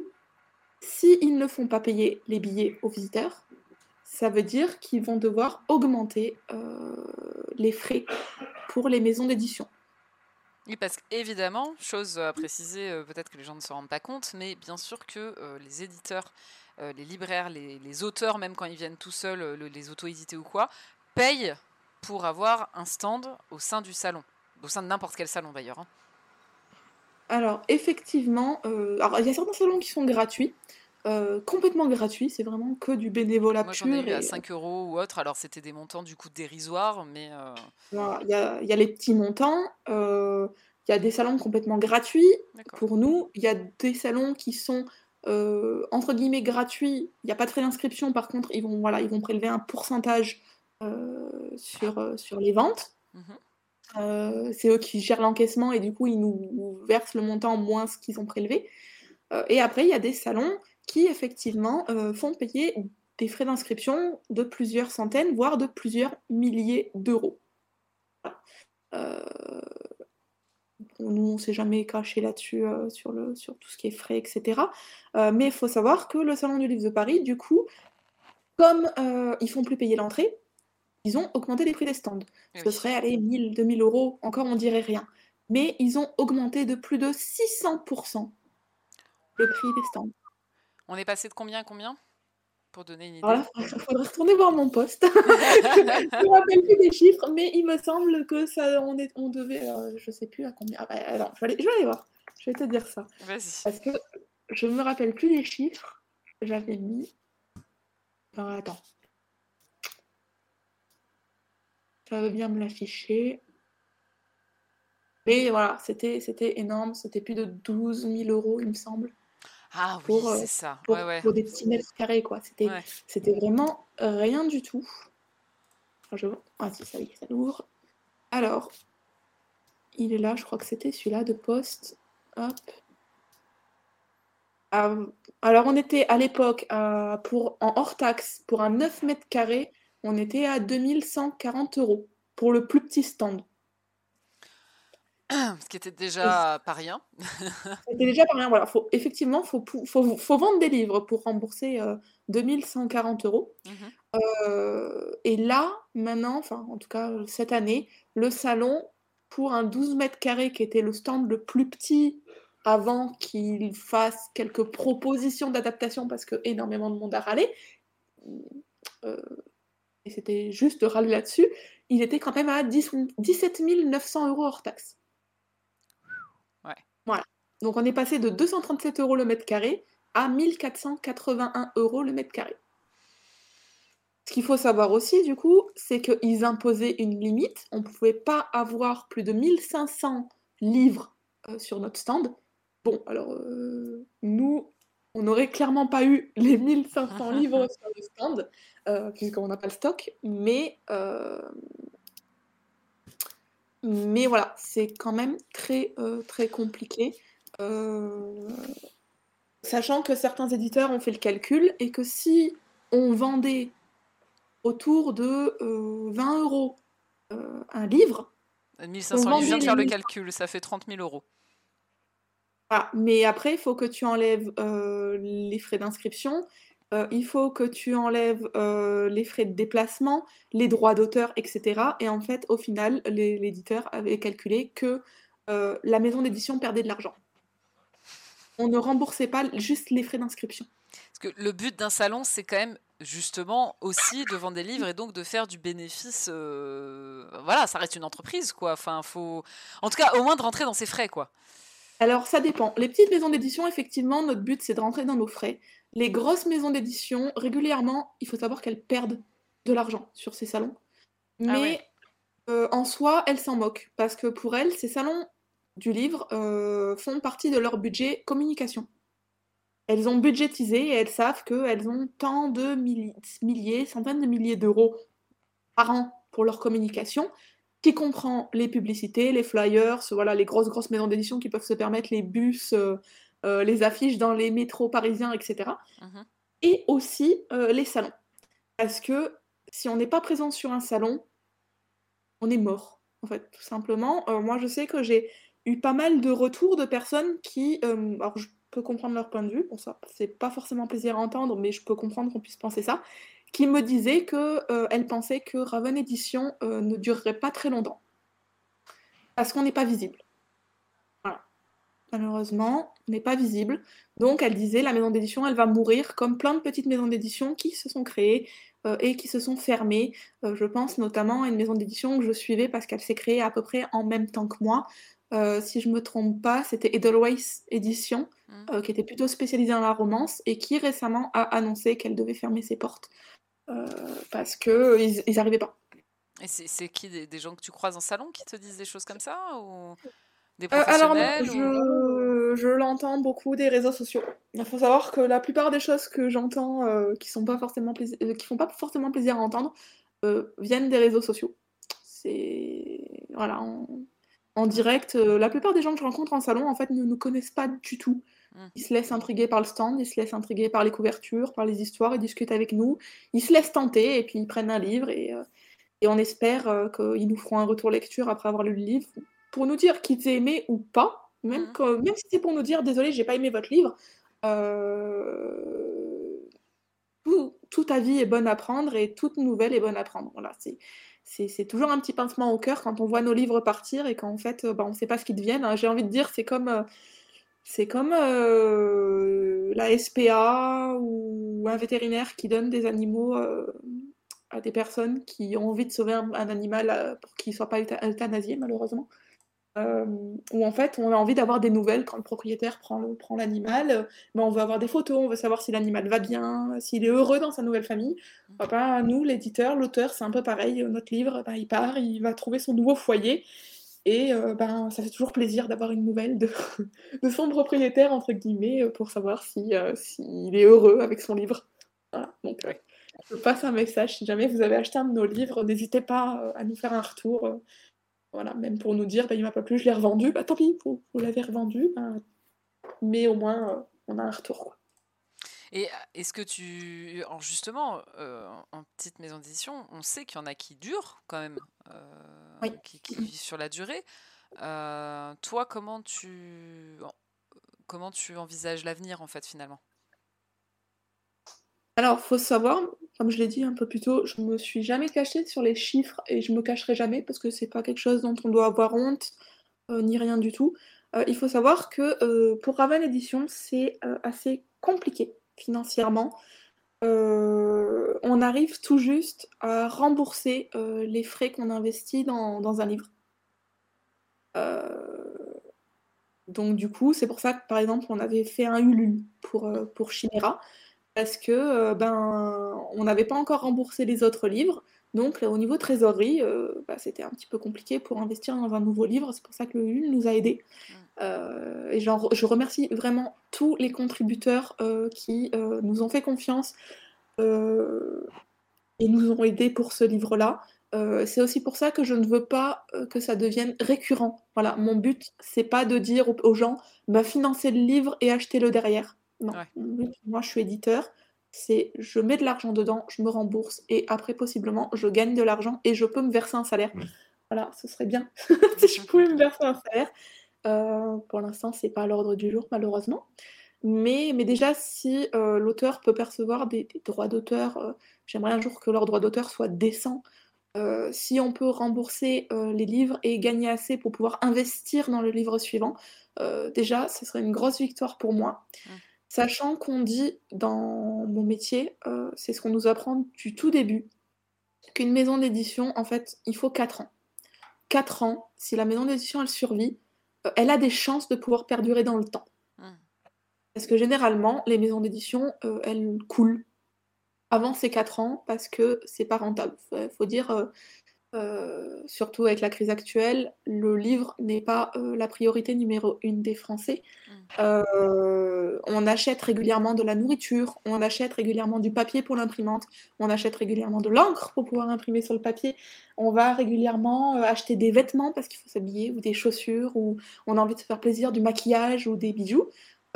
s'ils ne font pas payer les billets aux visiteurs, ça veut dire qu'ils vont devoir augmenter euh, les frais pour les maisons d'édition. Oui, parce qu'évidemment, chose à préciser, euh, peut-être que les gens ne se rendent pas compte, mais bien sûr que euh, les éditeurs, euh, les libraires, les, les auteurs, même quand ils viennent tout seuls, euh, le- les auto-édités ou quoi, payent pour avoir un stand au sein du salon, au sein de n'importe quel salon d'ailleurs. Hein. Alors, effectivement, euh, alors, il y a certains salons qui sont gratuits, euh, complètement gratuits, c'est vraiment que du bénévolat Moi j'en ai pur. eu à Et cinq euros ou autre, alors c'était des montants du coup dérisoires, mais euh, voilà, il y a, il y a les petits montants, euh, il y a des salons complètement gratuits d'accord. pour nous, il y a des salons qui sont euh, entre guillemets gratuits, il n'y a pas de frais d'inscription, par contre, ils vont, voilà, ils vont prélever un pourcentage euh, sur, euh, sur les ventes. Mhm. Euh, c'est eux qui gèrent l'encaissement et du coup, ils nous versent le montant moins ce qu'ils ont prélevé. Euh, et après, il y a des salons qui, effectivement, euh, font payer des frais d'inscription de plusieurs centaines, voire de plusieurs milliers d'euros. Euh, bon, nous, on ne s'est jamais caché là-dessus, euh, sur, le, sur tout ce qui est frais, et cetera. Euh, mais il faut savoir que le Salon du Livre de Paris, du coup, comme euh, ils font plus payer l'entrée, ils ont augmenté les prix des stands. Eh Ce oui. serait, allez, mille, deux mille euros, encore on dirait rien. Mais ils ont augmenté de plus de six cents pour cent le prix des stands. On est passé de combien à combien? Pour donner une Alors idée. là, il faudrait retourner voir mon poste. Je ne me rappelle plus des chiffres, mais il me semble que ça, on, est, on devait, euh, je ne sais plus à combien. Ah bah, alors, je vais, aller, je vais aller voir. Je vais te dire ça. Vas-y. Parce que je ne me rappelle plus des chiffres. J'avais mis. Alors, attends. Ça veut bien me l'afficher. Mais voilà, c'était, c'était énorme. C'était plus de douze mille euros, il me semble, Ah oui, pour, euh, c'est ça. Ouais, pour, ouais. pour des petits mètres carrés, quoi. C'était, Ouais. c'était vraiment rien du tout. Enfin, je... Ah si, ça y est, ça l'ouvre. Alors, il est là, je crois que c'était celui-là de poste. Hop. Euh, alors, on était à l'époque, euh, pour, en hors taxe, pour un neuf mètres carrés, on était à deux mille cent quarante euros pour le plus petit stand. Ce qui était Et déjà pas rien. c'était déjà pas rien. Voilà, faut, effectivement, il faut, faut, faut vendre des livres pour rembourser euh, deux mille cent quarante euros. Mhm. Euh, et là, maintenant, enfin, en tout cas, cette année, le salon, pour un douze mètres carrés, qui était le stand le plus petit avant qu'il fasse quelques propositions d'adaptation, parce que énormément de monde a râlé, euh, et c'était juste de râler là-dessus, il était quand même à dix-sept mille neuf cents euros hors taxe. Ouais. Voilà. Donc on est passé de deux cent trente-sept euros le mètre carré à mille quatre cent quatre-vingt-un euros le mètre carré. Ce qu'il faut savoir aussi, du coup, c'est qu'ils imposaient une limite. On ne pouvait pas avoir plus de mille cinq cents livres euh, sur notre stand. Bon, alors, euh, nous, on n'aurait clairement pas eu les mille cinq cents livres sur le stand, euh, puisqu'on n'a pas le stock. Mais, euh, mais voilà, c'est quand même très, euh, très compliqué. Euh, Sachant que certains éditeurs ont fait le calcul et que si on vendait autour de euh, vingt euros euh, un livre, on mille cinq cents livres, je viens vendait de les faire le mille. calcul, ça fait trente mille euros. Voilà. Mais après, il faut que tu enlèves euh, les frais d'inscription, euh, il faut que tu enlèves euh, les frais de déplacement, les droits d'auteur, et cetera. Et en fait, au final, les- l'éditeur avait calculé que euh, la maison d'édition perdait de l'argent. On ne remboursait pas juste les frais d'inscription. Parce que le but d'un salon, c'est quand même justement aussi de vendre des livres et donc de faire du bénéfice. Euh... Voilà, ça reste une entreprise, quoi. Enfin, faut, en tout cas, au moins de rentrer dans ses frais, quoi. Alors, ça dépend. Les petites maisons d'édition, effectivement, notre but, c'est de rentrer dans nos frais. Les grosses maisons d'édition, régulièrement, il faut savoir qu'elles perdent de l'argent sur ces salons. Ah ouais. Mais euh, en soi, elles s'en moquent. Parce que pour elles, ces salons du livre euh, font partie de leur budget communication. Elles ont budgétisé et elles savent qu'elles ont tant de milli- milliers, centaines de milliers d'euros par an pour leur communication, qui comprend les publicités, les flyers, voilà, les grosses, grosses maisons d'édition qui peuvent se permettre les bus, euh, euh, les affiches dans les métros parisiens, et cetera. Mhm. Et aussi euh, les salons. Parce que si on n'est pas présent sur un salon, on est mort, en fait, tout simplement. Euh, moi, je sais que j'ai eu pas mal de retours de personnes qui... euh, alors, je peux comprendre leur point de vue, bon, ça, c'est pas forcément plaisir à entendre, mais je peux comprendre qu'on puisse penser ça, qui me disaient qu'elles euh, pensaient que Raven Edition euh, ne durerait pas très longtemps, parce qu'on n'est pas visible. Voilà. Malheureusement, on n'est pas visible. Donc, elle disait, la maison d'édition, elle va mourir comme plein de petites maisons d'édition qui se sont créées euh, et qui se sont fermées. Euh, je pense notamment à une maison d'édition que je suivais parce qu'elle s'est créée à peu près en même temps que moi. Euh, si je me trompe pas, c'était Edelweiss Édition, Mhm. euh, qui était plutôt spécialisée dans la romance et qui récemment a annoncé qu'elle devait fermer ses portes euh, parce qu'ils ils arrivaient pas. Et c'est c'est qui des, des gens que tu croises en salon qui te disent des choses comme ça ou des Euh, alors non, professionnels ou... je, je l'entends beaucoup des réseaux sociaux. Il faut savoir que la plupart des choses que j'entends euh, qui sont pas forcément plaisi- euh, qui font pas forcément plaisir à entendre euh, viennent des réseaux sociaux. C'est voilà, en, en direct, euh, la plupart des gens que je rencontre en salon en fait ne nous connaissent pas du tout. Mhm. Ils se laissent intriguer par le stand, ils se laissent intriguer par les couvertures, par les histoires, ils discutent avec nous, ils se laissent tenter et puis ils prennent un livre et, euh, et on espère euh, qu'ils nous feront un retour lecture après avoir lu le livre, pour nous dire qu'ils aient aimé ou pas, même, Mhm. que- même si c'est pour nous dire désolé, j'ai pas aimé votre livre. euh, tout, Tout avis est bon à prendre et toute nouvelle est bonne à prendre. Voilà, c'est, c'est, c'est toujours un petit pincement au cœur quand on voit nos livres partir et qu'en fait, euh, bah, on ne sait pas ce qu'ils deviennent, hein. J'ai envie de dire, c'est comme, euh, c'est comme euh, la S P A ou un vétérinaire qui donne des animaux euh, à des personnes qui ont envie de sauver un, un animal euh, pour qu'il ne soit pas euta- euthanasié, malheureusement. Euh, Où en fait on a envie d'avoir des nouvelles quand le propriétaire prend le- prend l'animal, euh, ben, on veut avoir des photos, on veut savoir si l'animal va bien, s'il est heureux dans sa nouvelle famille. Mhm. Ah ben, nous, l'éditeur, l'auteur, c'est un peu pareil, euh, notre livre, ben, il part, il va trouver son nouveau foyer, et euh, ben, ça fait toujours plaisir d'avoir une nouvelle de, de son propriétaire, entre guillemets, euh, pour savoir si, euh, s'il est heureux avec son livre. Voilà. Donc, euh, Ouais. je passe un message, si jamais vous avez acheté un de nos livres, n'hésitez pas euh, à nous faire un retour. euh, voilà, même pour nous dire, bah, il m'a pas plu, je l'ai revendu. Bah tant pis, vous, vous l'avez revendu. Bah, mais au moins, euh, on a un retour, quoi. Et est-ce que tu... Alors justement, euh, en petite maison d'édition, on sait qu'il y en a qui durent quand même, Oui. euh, qui, qui vivent sur la durée. Euh, toi, comment tu... comment tu envisages l'avenir, en fait, finalement? Alors, faut savoir, comme je l'ai dit un peu plus tôt, je me suis jamais cachée sur les chiffres et je me cacherai jamais parce que c'est pas quelque chose dont on doit avoir honte, euh, ni rien du tout. Euh, il faut savoir que euh, pour Raven Edition, c'est euh, assez compliqué financièrement. Euh, on arrive tout juste à rembourser euh, les frais qu'on investit dans, dans un livre. Euh, Donc du coup, c'est pour ça que par exemple, on avait fait un Ulule pour, euh, pour Chimera, parce que euh, ben, on n'avait pas encore remboursé les autres livres. Donc là, au niveau trésorerie, euh, bah, c'était un petit peu compliqué pour investir dans un nouveau livre. C'est pour ça que le Ulule nous a aidés. Mm. Euh, et genre, je remercie vraiment tous les contributeurs euh, qui euh, nous ont fait confiance euh, et nous ont aidés pour ce livre-là. Euh, c'est aussi pour ça que je ne veux pas euh, que ça devienne récurrent. Voilà, mon but, c'est pas de dire aux, aux gens, bah, financez le livre et achetez-le derrière. Non, Ouais. mon but, moi je suis éditeur, c'est je mets de l'argent dedans, je me rembourse et après possiblement je gagne de l'argent et je peux me verser un salaire. Voilà, ce serait bien si je pouvais me verser un salaire. Euh, pour l'instant, c'est pas à l'ordre du jour malheureusement. Mais, mais déjà, si euh, l'auteur peut percevoir des, des droits d'auteur, euh, j'aimerais un jour que leurs droits d'auteur soient décents. Euh, si on peut rembourser euh, les livres et gagner assez pour pouvoir investir dans le livre suivant, euh, déjà, ce serait une grosse victoire pour moi. Mm. Sachant qu'on dit dans mon métier, euh, c'est ce qu'on nous apprend du tout début, qu'une maison d'édition, en fait, il faut quatre ans. Quatre ans, si la maison d'édition, elle survit, euh, elle a des chances de pouvoir perdurer dans le temps. Mm. Parce que généralement, les maisons d'édition, euh, elles coulent avant ces quatre ans parce que c'est pas rentable. Il faut dire, euh, euh, surtout avec la crise actuelle, le livre n'est pas euh, la priorité numéro une des Français. Mm. Euh, on achète régulièrement de la nourriture, on achète régulièrement du papier pour l'imprimante, on achète régulièrement de l'encre pour pouvoir imprimer sur le papier, on va régulièrement euh, acheter des vêtements parce qu'il faut s'habiller, ou des chaussures, ou on a envie de se faire plaisir, du maquillage ou des bijoux.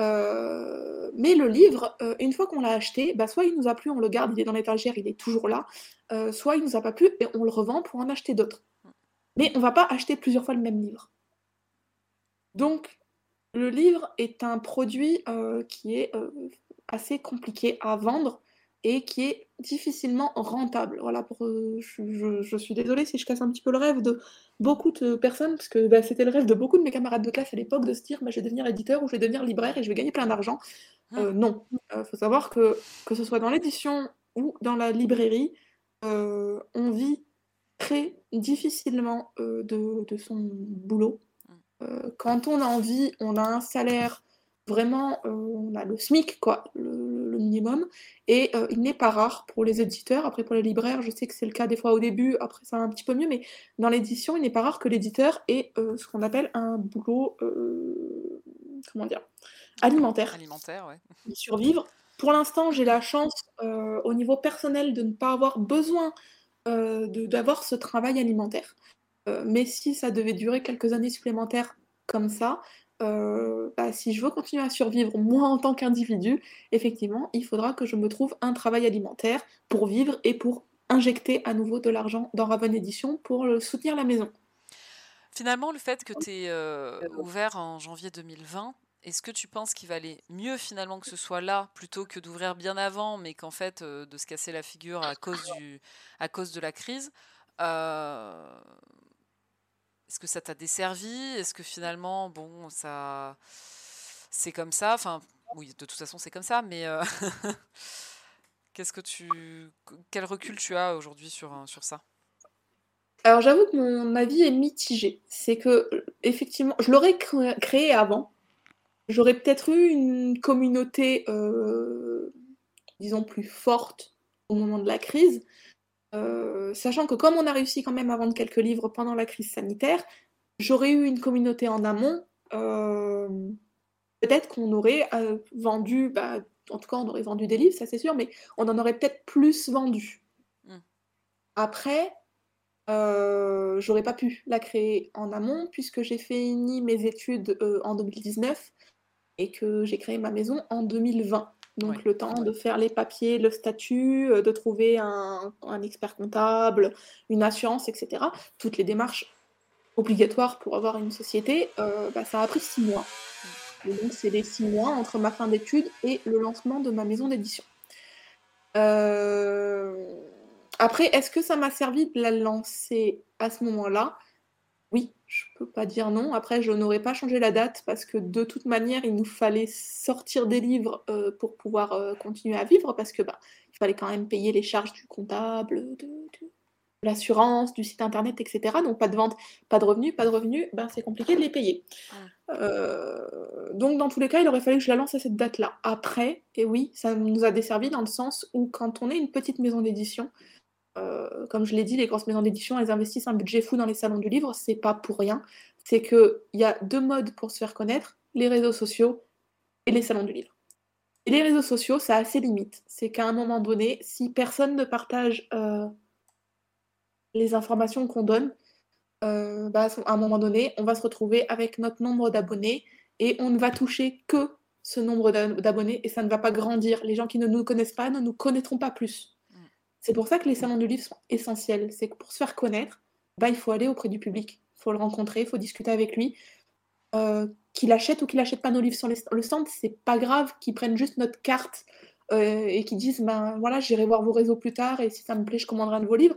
Euh, mais le livre, euh, une fois qu'on l'a acheté, bah, soit il nous a plu, on le garde, il est dans l'étagère, il est toujours là, euh, soit il nous a pas plu et on le revend pour en acheter d'autres. Mais on va pas acheter plusieurs fois le même livre. Donc, le livre est un produit euh, qui est euh, assez compliqué à vendre et qui est difficilement rentable. Voilà, pour, euh, je, je- je suis désolée si je casse un petit peu le rêve de beaucoup de personnes, parce que bah, c'était le rêve de beaucoup de mes camarades de classe à l'époque de se dire bah, je vais devenir éditeur ou je vais devenir libraire et je vais gagner plein d'argent. Mm. Euh, non, il faut savoir que que ce soit dans l'édition ou dans la librairie, euh, on vit très difficilement euh, de, de son boulot. Mm. Euh, quand on a envie, on a un salaire vraiment, euh, on a le SMIC, quoi, le, le minimum, et euh, il n'est pas rare pour les éditeurs, après pour les libraires, je sais que c'est le cas des fois au début, après ça va un petit peu mieux, mais dans l'édition, il n'est pas rare que l'éditeur ait euh, ce qu'on appelle un boulot, euh, comment dire, alimentaire, Alimentaire, ouais. pour survivre. Pour l'instant, j'ai la chance, euh, au niveau personnel, de ne pas avoir besoin euh, de- d'avoir ce travail alimentaire. Euh, mais si ça devait durer quelques années supplémentaires comme ça, euh, bah, si je veux continuer à survivre, moi en tant qu'individu, effectivement, il faudra que je me trouve un travail alimentaire pour vivre et pour injecter à nouveau de l'argent dans Raven Éditions pour euh, soutenir la maison. Finalement, le fait que tu aies ouvert en janvier deux mille vingt, est-ce que tu penses qu'il valait mieux finalement que ce soit là plutôt que d'ouvrir bien avant, mais qu'en fait euh, de se casser la figure à cause du, à cause de la crise? euh, Est-ce que ça t'a desservi? Est-ce que finalement, bon, ça, c'est comme ça? Enfin, oui, de toute façon, c'est comme ça, mais euh, qu'est-ce que tu, quel recul tu as aujourd'hui sur, euh, sur ça? Alors j'avoue que mon avis est mitigé. C'est que, euh, effectivement, je l'aurais cré- créé avant. J'aurais peut-être eu une communauté, euh, disons, plus forte au moment de la crise. Euh, sachant que comme on a réussi quand même à vendre quelques livres pendant la crise sanitaire, j'aurais eu une communauté en amont. euh, Peut-être qu'on aurait euh, vendu, bah, en tout cas on aurait vendu des livres, ça c'est sûr, mais on en aurait peut-être plus vendu. Hmm. Après, euh, j'aurais pas pu la créer en amont puisque j'ai fini mes études euh, en deux mille dix-neuf et que j'ai créé ma maison en deux mille vingt. Donc Ouais. le temps de faire les papiers, le statut, euh, de trouver un, un expert comptable, une assurance, et cetera. Toutes les démarches obligatoires pour avoir une société, euh, bah, ça a pris six mois. Et donc c'est les six mois entre ma fin d'études et le lancement de ma maison d'édition. Euh, Après, est-ce que ça m'a servi de la lancer à ce moment-là? Oui, je peux pas dire non. Après, je n'aurais pas changé la date parce que de toute manière, il nous fallait sortir des livres euh, pour pouvoir euh, continuer à vivre parce que bah, il fallait quand même payer les charges du comptable, de, de l'assurance, du site internet, et cetera. Donc pas de vente, pas de revenus, pas de revenus, ben, c'est compliqué de les payer. Hmm. Euh, donc dans tous les cas, il aurait fallu que je la lance à cette date-là. Après, et oui, ça nous a desservi dans le sens où quand on est une petite maison d'édition, euh, comme je l'ai dit, les grosses maisons d'édition, elles investissent un budget fou dans les salons du livre, c'est pas pour rien. C'est qu'il y a deux modes pour se faire connaître, les réseaux sociaux et les salons du livre. Et les réseaux sociaux, ça a ses limites. C'est qu'à un moment donné, si personne ne partage euh, les informations qu'on donne, euh, bah, à un moment donné, on va se retrouver avec notre nombre d'abonnés et on ne va toucher que ce nombre d'abonnés et ça ne va pas grandir. Les gens qui ne nous connaissent pas ne nous connaîtront pas plus. Mm. C'est pour ça que les salons du livre sont essentiels. C'est que pour se faire connaître, bah, il faut aller auprès du public. Il faut le rencontrer, il faut discuter avec lui. Euh, qu'il achète ou qu'il n'achète pas nos livres sur les- le stand, c'est pas grave qu'ils prennent juste notre carte euh, et qu'ils disent ben voilà, j'irai voir vos réseaux plus tard et si ça me plaît, je commanderai un de vos livres.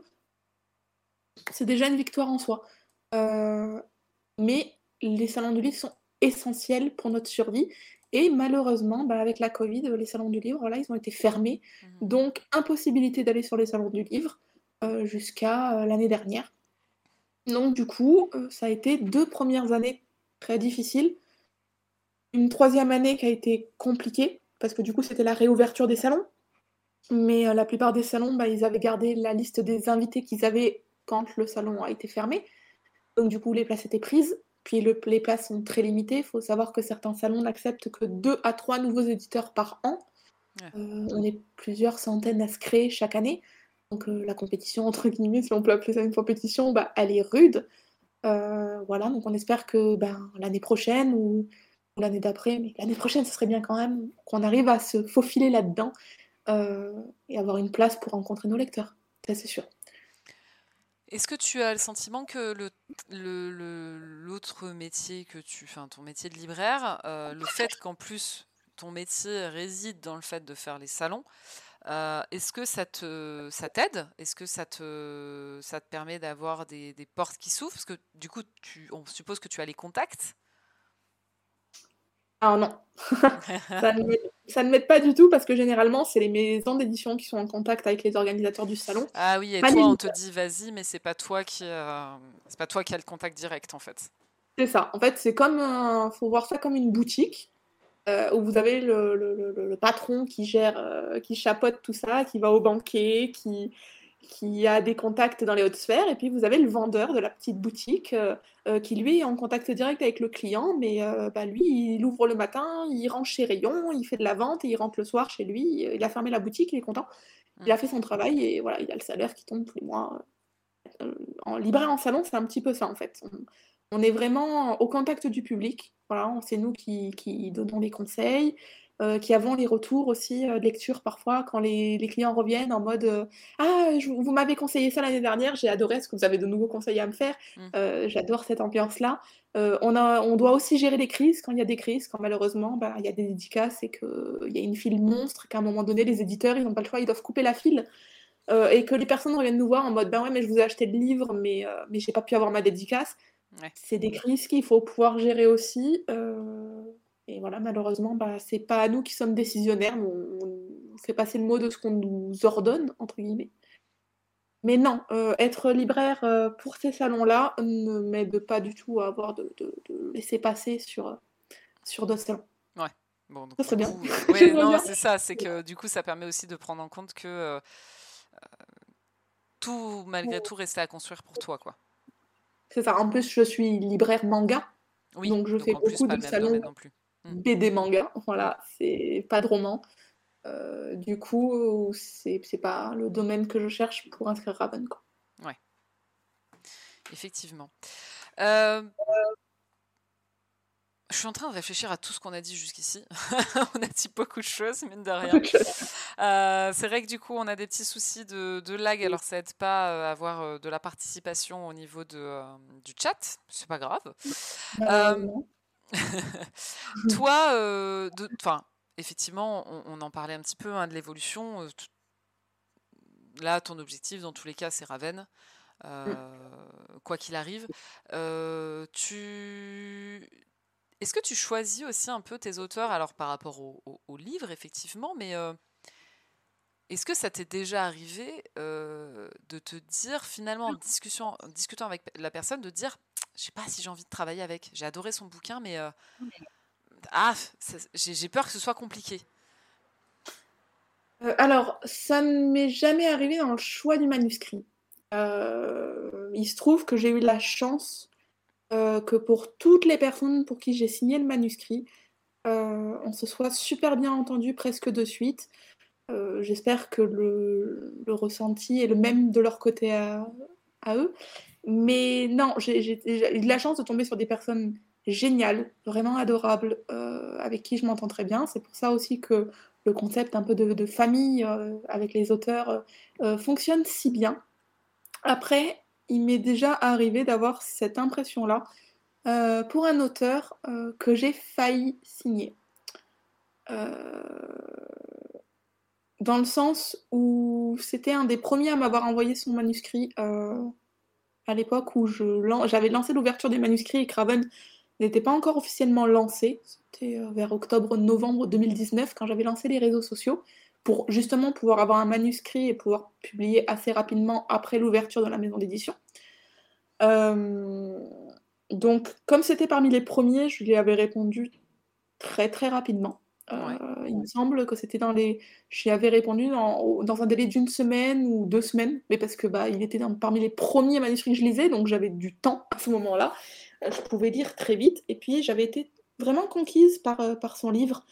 C'est déjà une victoire en soi. Euh, mais les salons du livre sont essentiels pour notre survie. Et malheureusement, bah, avec la Covid, les salons du livre, voilà, ils ont été fermés. Mhm. Donc, impossibilité d'aller sur les salons du livre euh, jusqu'à euh, l'année dernière. Donc, du coup, euh, ça a été deux premières années très difficiles. Une troisième année qui a été compliquée, parce que du coup, c'était la réouverture des salons. Mais euh, la plupart des salons, bah, ils avaient gardé la liste des invités qu'ils avaient quand le salon a été fermé. Donc du coup, les places étaient prises. Puis le, les places sont très limitées. Il faut savoir que certains salons n'acceptent que deux à trois nouveaux éditeurs par an. Ouais. Euh, on est plusieurs centaines à se créer chaque année. Donc euh, la compétition, entre guillemets, si on peut appeler ça une compétition, bah, elle est rude. Euh, voilà, donc on espère que ben, l'année prochaine ou, ou l'année d'après, mais l'année prochaine, ce serait bien quand même qu'on arrive à se faufiler là-dedans euh, et avoir une place pour rencontrer nos lecteurs. Ça, c'est sûr. Est-ce que tu as le sentiment que le, le- le- l'autre métier que tu, enfin ton métier de libraire, euh, le fait qu'en plus ton métier réside dans le fait de faire les salons, euh, est-ce que ça te, ça t'aide? Est-ce que ça te, ça te permet d'avoir des, des portes qui s'ouvrent? Parce que du coup, tu, on suppose que tu as les contacts. Alors non, ça ne m'aide ça ne m'aide pas du tout parce que généralement, c'est les maisons d'édition qui sont en contact avec les organisateurs du salon, Ah oui, et pas les toi, on te libraires. dit vas-y, mais c'est pas toi qui, euh, c'est pas toi qui as le contact direct en fait. C'est ça. En fait, c'est comme un... faut voir ça comme une boutique euh, où vous avez le, le- le- le patron qui gère, euh, qui chapeaute tout ça, qui va au banquet, qui, qui a des contacts dans les hautes sphères, et puis vous avez le vendeur de la petite boutique euh, euh, qui lui est en contact direct avec le client, mais euh, bah, lui, il ouvre le matin, il range ses rayons, il fait de la vente, et il rentre le soir chez lui, il a fermé la boutique, il est content, il Mm. a fait son travail, et voilà, il a le salaire qui tombe tous les mois. Euh, en libraire en salon, c'est un petit peu ça en fait. On, on est vraiment au contact du public. Voilà, c'est nous qui, qui donnons les conseils, euh, qui avons les retours aussi euh, de lecture parfois quand les, les clients reviennent en mode euh, Ah, je- vous m'avez conseillé ça l'année dernière, j'ai adoré, est-ce que vous avez de nouveaux conseils à me faire? Mm. Euh, J'adore cette ambiance-là. Euh, on a, on doit aussi gérer les crises quand il y a des crises, quand malheureusement bah, il y a des dédicaces et qu'il y a une file monstre, qu'à un moment donné les éditeurs ils n'ont pas le choix, ils doivent couper la file. Euh, et que les personnes reviennent nous voir en mode ben ouais mais je vous ai acheté le livre mais, euh, mais j'ai pas pu avoir ma dédicace. Ouais. C'est des crises qu'il faut pouvoir gérer aussi. euh, et voilà, malheureusement, bah, c'est pas à nous qui sommes décisionnaires, mais on, on fait passer le mot de ce qu'on nous ordonne, entre guillemets. Mais non, euh, être libraire euh, pour ces salons-là ne m'aide pas du tout à avoir de, de, de laisser passer sur, sur d'autres salons. Ouais. Bon, donc Ça du serait bien. coup, euh, ouais, J'aimerais non, bien. c'est ça, c'est que du coup, ça permet aussi de prendre en compte que euh, tout, malgré tout, restait à construire pour toi, quoi. C'est ça. En plus, je suis libraire manga, Oui, donc je donc fais en plus, beaucoup pas de le même salons domaine non plus. Mm. B D manga. Voilà, c'est pas de roman. Euh, du coup, c'est c'est pas le domaine que je cherche pour inscrire Raven, quoi. Ouais, effectivement. Euh, je suis en train de réfléchir à tout ce qu'on a dit jusqu'ici. On a dit beaucoup de choses, mine de rien. Euh, c'est vrai que du coup, on a des petits soucis de, de lag, alors ça aide pas euh, à avoir euh, de la participation au niveau de, euh, du chat. C'est pas grave. Euh, Malheureusement. toi, euh, de, enfin, effectivement, on, on en parlait un petit peu hein, de l'évolution. euh, t- Là, ton objectif, dans tous les cas, c'est Raven. Mm. euh, quoi qu'il arrive. Euh, tu... Est-ce que tu choisis aussi un peu tes auteurs, alors par rapport au, au- au livre, effectivement, mais euh, est-ce que ça t'est déjà arrivé euh, de te dire, finalement, en discussion, en discutant avec la personne, de dire, je sais pas si j'ai envie de travailler avec, j'ai adoré son bouquin, mais euh, ah, ça- j'ai j'ai peur que ce soit compliqué. Euh, alors, ça ne m'est jamais arrivé dans le choix du manuscrit. Euh, il se trouve que j'ai eu la chance euh, que pour toutes les personnes pour qui j'ai signé le manuscrit, euh, on se soit super bien entendu presque de suite. Euh, j'espère que le, le ressenti est le même de leur côté à, à eux. Mais non, j'ai j'ai- j'ai eu de la chance de tomber sur des personnes géniales, vraiment adorables, euh, avec qui je m'entends très bien. C'est pour ça aussi que le concept un peu de, de famille euh, avec les auteurs euh, euh, fonctionne si bien. Après, il m'est déjà arrivé d'avoir cette impression-là euh, pour un auteur euh, que j'ai failli signer. Euh, Dans le sens où c'était un des premiers à m'avoir envoyé son manuscrit euh, à l'époque où je lan- j'avais lancé l'ouverture des manuscrits et Craven n'était pas encore officiellement lancé. C'était euh, vers octobre-novembre deux mille dix-neuf quand j'avais lancé les réseaux sociaux pour justement pouvoir avoir un manuscrit et pouvoir publier assez rapidement après l'ouverture de la maison d'édition. Euh, donc, comme c'était parmi les premiers, je lui avais répondu très très rapidement. Euh, Ouais. il me semble que c'était dans les. J'y avais répondu dans, dans un délai d'une semaine ou deux semaines, mais parce que bah, il était dans- parmi les premiers manuscrits que je lisais, donc j'avais du temps à ce moment-là. Euh, je pouvais lire très vite, et puis j'avais été vraiment conquise par, euh, par son livre,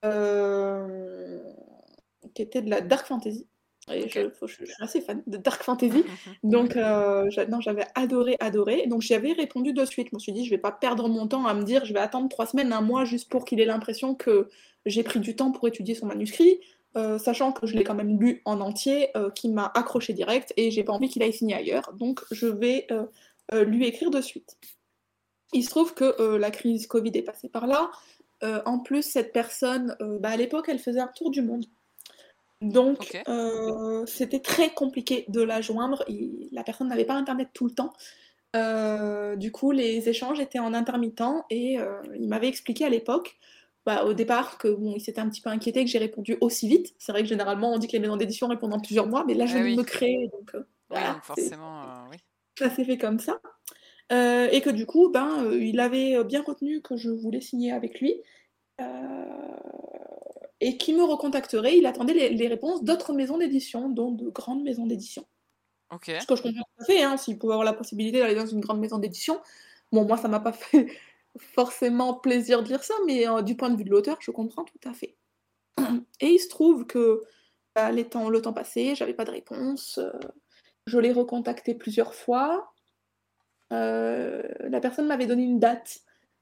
euh, qui était de la dark fantasy. Et Ok. je, faut- je suis assez fan de dark fantasy, donc euh, j'a- non, j'avais adoré, adoré. Donc j'y avais répondu de suite. Je me suis dit, je vais pas perdre mon temps à me dire, je vais attendre trois semaines, un mois, juste pour qu'il ait l'impression que j'ai pris du temps pour étudier son manuscrit, euh, sachant que je l'ai quand même lu en entier, euh, qui m'a accroché direct, et j'ai pas envie qu'il aille signer ailleurs. Donc je vais euh, euh, lui écrire de suite. Il se trouve que euh, la crise Covid est passée par là. Euh, en plus, cette personne, euh, bah, à l'époque, elle faisait un tour du monde. Donc, Ok. euh, c'était très compliqué de la joindre. Il- la personne n'avait pas Internet tout le temps. Euh, du coup, les échanges étaient en intermittent et euh, il m'avait expliqué à l'époque, bah, au départ, que bon, il s'était un petit peu inquiété que j'ai répondu aussi vite. C'est vrai que généralement, on dit que les maisons d'édition répondent en plusieurs mois, mais là, je Ah venais de oui. me créer, donc euh, Oui, voilà, donc c'est- forcément, euh, oui. ça s'est fait comme ça. Euh, et que du coup, ben, euh, il avait bien retenu que je voulais signer avec lui. Euh, et qui me recontacterait. Il attendait les, les réponses d'autres maisons d'édition, dont de grandes maisons d'édition. Ok. Ce que je comprends tout à fait, hein, s'il pouvait avoir la possibilité d'aller dans une grande maison d'édition. Bon, moi, ça m'a pas fait forcément plaisir de dire ça, mais euh, du point de vue de l'auteur, je comprends tout à fait. Et il se trouve que bah, les temps, le temps passé, j'avais pas de réponse. euh, je l'ai recontacté plusieurs fois. Euh, la personne m'avait donné une date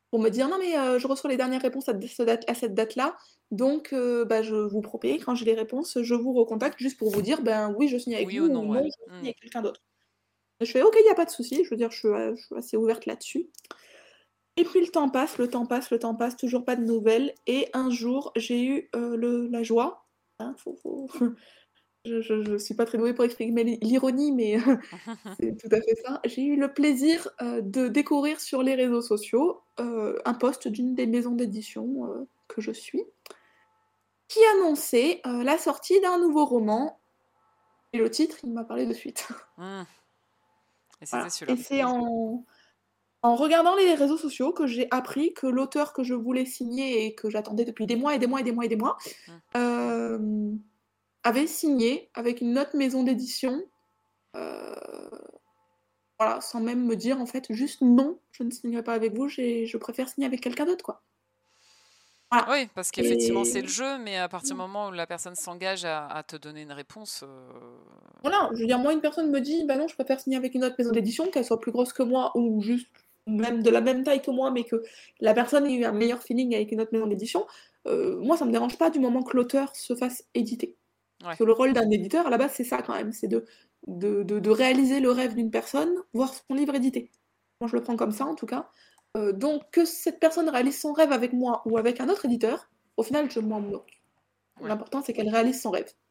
pour me dire: «Non mais heu, je reçois les dernières réponses à d ce date à cette date-là, donc heu, bah, je vous promets, quand j'ai les réponses, je vous recontacte juste pour vous dire, ben, oui, je signe avec Oui vous ou ou non, non, ouais. je signe Mmh. avec quelqu'un d'autre». Je fais: «OK, il y a pas de souci», je veux dire, je suis, heu, je suis assez ouverte là-dessus et puis le temps passe, le temps passe, le temps passe, toujours pas de nouvelles et un jour, j'ai eu, heu, le la joie, hein, faut faut je je je suis pas très douée pour exprimer l'i l'ironie, mais heu, c'est tout à fait ça. J'ai eu le plaisir, heu, de découvrir sur les réseaux sociaux, heu, un post d'une des maisons d'édition, heu, que je suis, qui annonçait, heu, la sortie d'un nouveau roman et le titre, il m'a parlé de suite. Mmh. Et c'était Voilà et celui-là. c'est en en regardant les réseaux sociaux que j'ai appris que l'auteur que je voulais signer et que j'attendais depuis des mois et des mois et des mois et des mois, Mmh. hem, avait signé avec une autre maison d'édition, heu, voilà, sans même me dire en fait juste: «Non, je ne signerai pas avec vous, j'ai je préfère signer avec quelqu'un d'autre», quoi. Voilà Oui, parce qu'effectivement, c'est le et jeu, mais à partir du moment où la personne s'engage à à te donner une réponse, heu, voilà, je veux dire, moi, une personne me dit: «Bah non, je préfère signer avec une autre maison d'édition, qu'elle soit plus grosse que moi ou juste même de la même taille que moi, mais que la personne ait eu un meilleur feeling avec une autre maison d'édition», heu, moi, ça me dérange pas du moment que l'auteur se fasse éditer. Parce ouais. que le rôle d'un éditeur, à la base, c'est ça quand même, c'est de de de de réaliser le rêve d'une personne, voir son livre édité. Moi, je le prends comme ça, en tout cas. Heu, donc que cette personne réalise son rêve avec moi ou avec un autre éditeur, au final, je m'en moque. Ouais. L'important, c'est qu'elle réalise son rêve.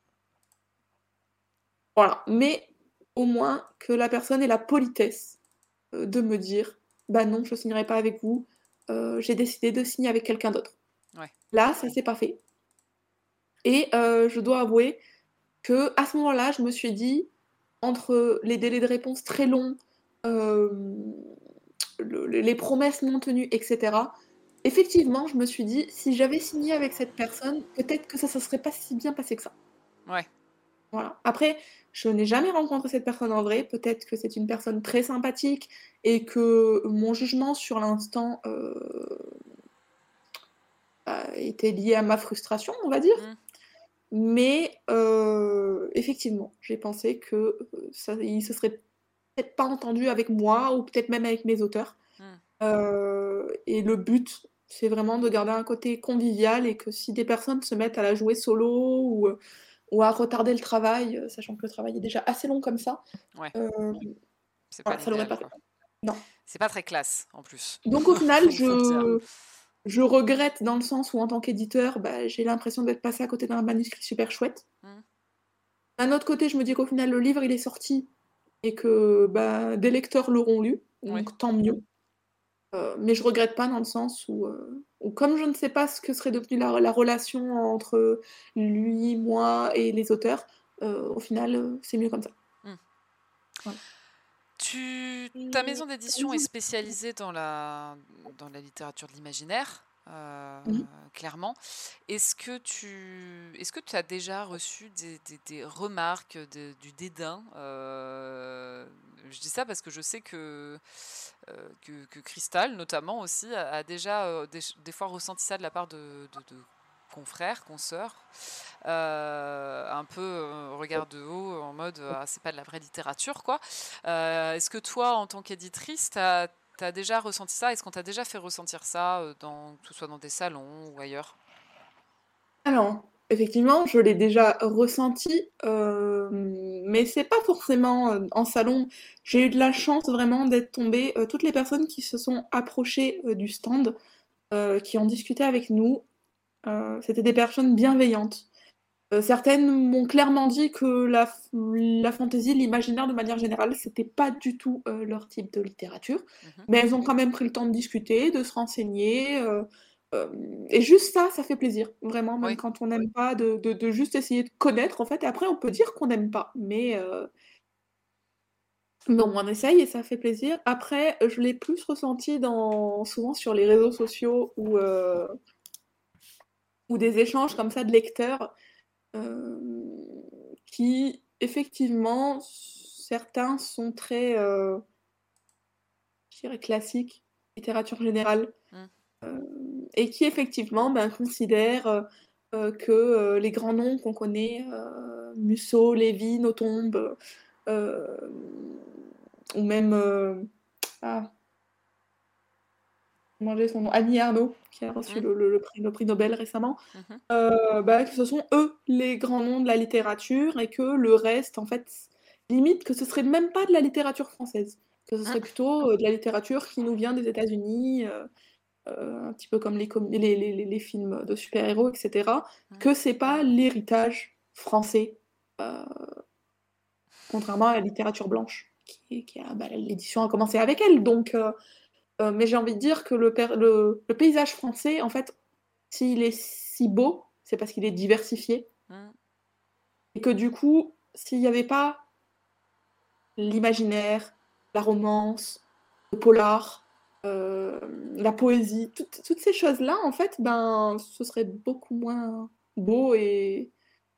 Voilà, mais au moins que la personne ait la politesse, heu, de me dire: «Bah non, je signerai pas avec vous, heu, j'ai décidé de signer avec quelqu'un d'autre». Ouais. Là, ça s'est pas fait et heu, je dois avouer qu'à ce moment-là, je me suis dit, entre les délais de réponse très longs, hem, le les promesses non tenues et cetera, effectivement, je me suis dit: «Si j'avais signé avec cette personne, peut-être que ça se serait pas si bien passé que ça». Ouais. Voilà. Après, je n'ai jamais rencontré cette personne en vrai. Peut-être que c'est une personne très sympathique et que mon jugement sur l'instant, heu, a été lié à ma frustration, on va dire. Mmh. Mais heu, effectivement, j'ai pensé que, heu, ça il se serait peut-être pas entendu avec moi ou peut-être même avec mes auteurs. Mmh. Heu et le but, c'est vraiment de garder un côté convivial et que si des personnes se mettent à la jouer solo ou, heu, ou à retarder le travail, heu, sachant que le travail est déjà assez long comme ça, Ouais. heu, C'est pas voilà, ça l'aurait l'idéal, pas fait. quoi. Non. C'est pas très classe, en plus. Donc au final, Il faut le dire. je je regrette dans le sens où en tant qu'éditeur, bah, j'ai l'impression d'être passée à côté d'un manuscrit super chouette. Mmh. D'un autre côté, je me dis qu'au final, le livre, il est sorti et que, bah, des lecteurs l'auront lu, Ouais. donc tant mieux. Heu, mais je regrette pas dans le sens où, heu, où comme je ne sais pas ce que serait devenue la la relation entre lui, moi et les auteurs, heu, au final, heu, c'est mieux comme ça. Mmh. Voilà. Tu ta Et maison d'édition est spécialisée dans la dans la littérature de l'imaginaire, heu, Mmh. clairement. Est-ce que tu est-ce que tu as déjà reçu des des des remarques, de du dédain? Heu, je dis ça parce que je sais que, heu, que que Cristal, notamment aussi, a a déjà, heu, des ch des fois ressenti ça de la part de de de confrères, consoeurs, heu, un peu, heu, regard de haut en mode, heu: «Ah, c'est pas de la vraie littérature, quoi». Heu, est-ce que toi, en tant qu'éditrice, tu as tu as déjà ressenti ça? Est-ce qu'on t'a déjà fait ressentir ça, heu, dans que ce soit dans des salons ou ailleurs? Alors, effectivement, je l'ai déjà ressenti, hem, mais c'est pas forcément, heu, en salon. J'ai eu de la chance vraiment d'être tombée, heu, toutes les personnes qui se sont approchées, heu, du stand, heu, qui ont discuté avec nous, heu, c'était des personnes bienveillantes. Heu, certaines m'ont clairement dit que la f la fantaisie, l'imaginaire de manière générale, c'était pas du tout, heu, leur type de littérature, Mmh. mais elles ont quand même pris le temps de discuter, de se renseigner, heu, hem et juste ça, ça fait plaisir, vraiment, même Oui, quand on n'aime pas, de de de juste essayer de connaître, en fait et après on peut dire qu'on n'aime pas, mais heu, mais au moins on essaye et ça fait plaisir. Après, je l'ai plus ressenti dans souvent sur les réseaux sociaux ou heu, ou des échanges comme ça de lecteurs. Hem, qui effectivement, certains sont très, heu, je dirais classiques, littérature générale, mmh, hem et qui effectivement, ben, considèrent, heu heu, que, heu, les grands noms qu'on connaît, heu, Musso, Lévy, Nothomb, heu, hem, ou même, heu, ah, manger son nom, Annie Ernaux, qui a reçu Mmh. le le le prix le prix Nobel récemment, Mmh. heu, bah, que ce sont eux les grands noms de la littérature et que le reste, en fait, limite que ce serait même pas de la littérature française, que ce Mmh. serait plutôt, heu, de la littérature qui nous vient des États-Unis, heu heu, un petit peu comme les com les les les les films de super-héros et cetera, Mmh. que c'est pas l'héritage français, heu, contrairement à la littérature blanche qui qui a bah, l'édition a commencé avec elle donc heu heu, mais j'ai envie de dire que le per le le paysage français, en fait, s'il est si beau, c'est parce qu'il est diversifié Mmh. et que du coup, s'il y avait pas l'imaginaire, la romance, le polar, hem, la poésie, toutes toutes ces choses-là, en fait, ben, ce serait beaucoup moins beau et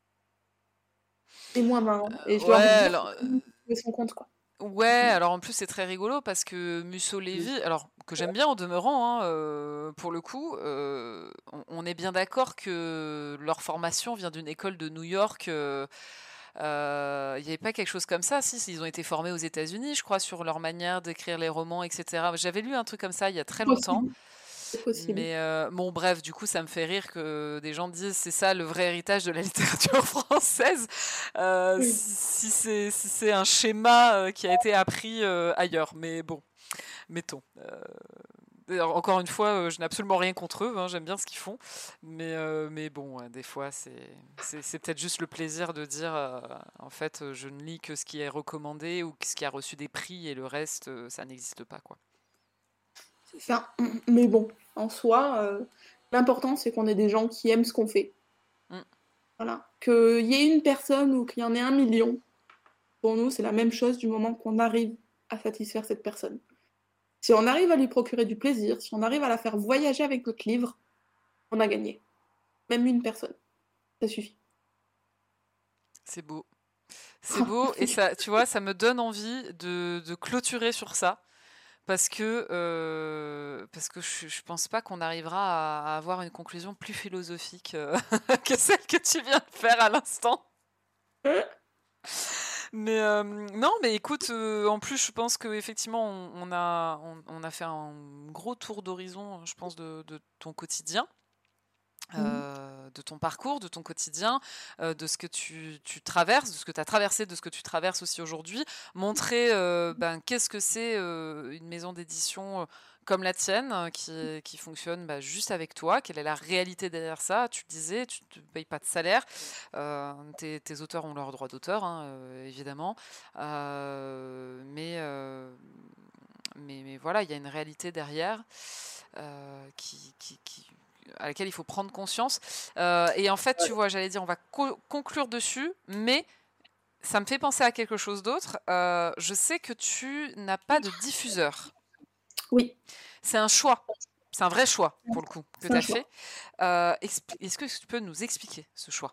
et moins marrant et j'ai Ouais, envie de dire que alors, tout le monde peut trouver son compte, quoi. ouais, Mmh. alors en plus c'est très rigolo parce que Musso-Levy, alors que j'aime bien en demeurant, hein, heu, pour le coup, heu, on on est bien d'accord que leur formation vient d'une école de New York, heu heu, il y avait pas quelque chose comme ça? Si, si, ils ont été formés aux États-Unis, je crois, sur leur manière d'écrire les romans et cetera. J'avais lu un truc comme ça il y a très longtemps, Possible, c'est possible. mais heu, bon bref, du coup, ça me fait rire que des gens disent: «C'est ça le vrai héritage de la littérature française», heu, Oui. si si c'est si c'est un schéma, heu, qui a été appris, heu, ailleurs, mais bon, mettons, heu, d'ailleurs, encore une fois, heu, je n'ai absolument rien contre eux, hein, j'aime bien ce qu'ils font, mais heu, mais bon, ouais, des fois, c'est c'est c'est peut-être juste le plaisir de dire, heu, en fait, heu, je ne lis que ce qui est recommandé ou ce qui a reçu des prix et le reste, heu, ça n'existe pas, quoi. C'est ça. Mais bon, en soi, heu, l'important, c'est qu'on ait des gens qui aiment ce qu'on fait. Mmh. Voilà. Qu'il y ait une personne ou qu'il y en ait un million, pour nous, c'est la même chose du moment qu'on arrive à satisfaire cette personne. Si on arrive à lui procurer du plaisir, si on arrive à la faire voyager avec notre livre, on a gagné. Même une personne, ça suffit. C'est beau. C'est beau et Merci. ça, tu vois, ça me donne envie de de clôturer sur ça parce que, heu, parce que je je pense pas qu'on arrivera à à avoir une conclusion plus philosophique, heu, que celle que tu viens de faire à l'instant. Mais, hem, non, mais écoute, heu, en plus, je pense qu'effectivement, on on a on on a fait un gros tour d'horizon, je pense, de de ton quotidien. Mmh. Heu, de ton parcours, de ton quotidien, heu, de ce que tu tu traverses, de ce que tu as traversé, de ce que tu traverses aussi aujourd'hui. Montrer, heu, ben, qu'est-ce que c'est, heu, une maison d'édition, heu, comme la tienne, heu, qui qui fonctionne, bah, juste avec toi. Quelle est la réalité derrière ça? Tu le disais, tu ne payes pas de salaire, heu, tes tes auteurs ont leur droit d'auteur, hein, heu, évidemment, heu, mais heu, mais mais voilà, il y a une réalité derrière, heu, qui qui qui à laquelle il faut prendre conscience. Heu et en fait, tu vois, j'allais dire, on va co conclure dessus, mais ça me fait penser à quelque chose d'autre. Heu, je sais que tu n'as pas de diffuseur. Oui, C'est un choix. C'est un vrai choix, pour le coup, que c'est tu un as fait. choix. Heu, expli est-ce que tu peux nous expliquer ce choix?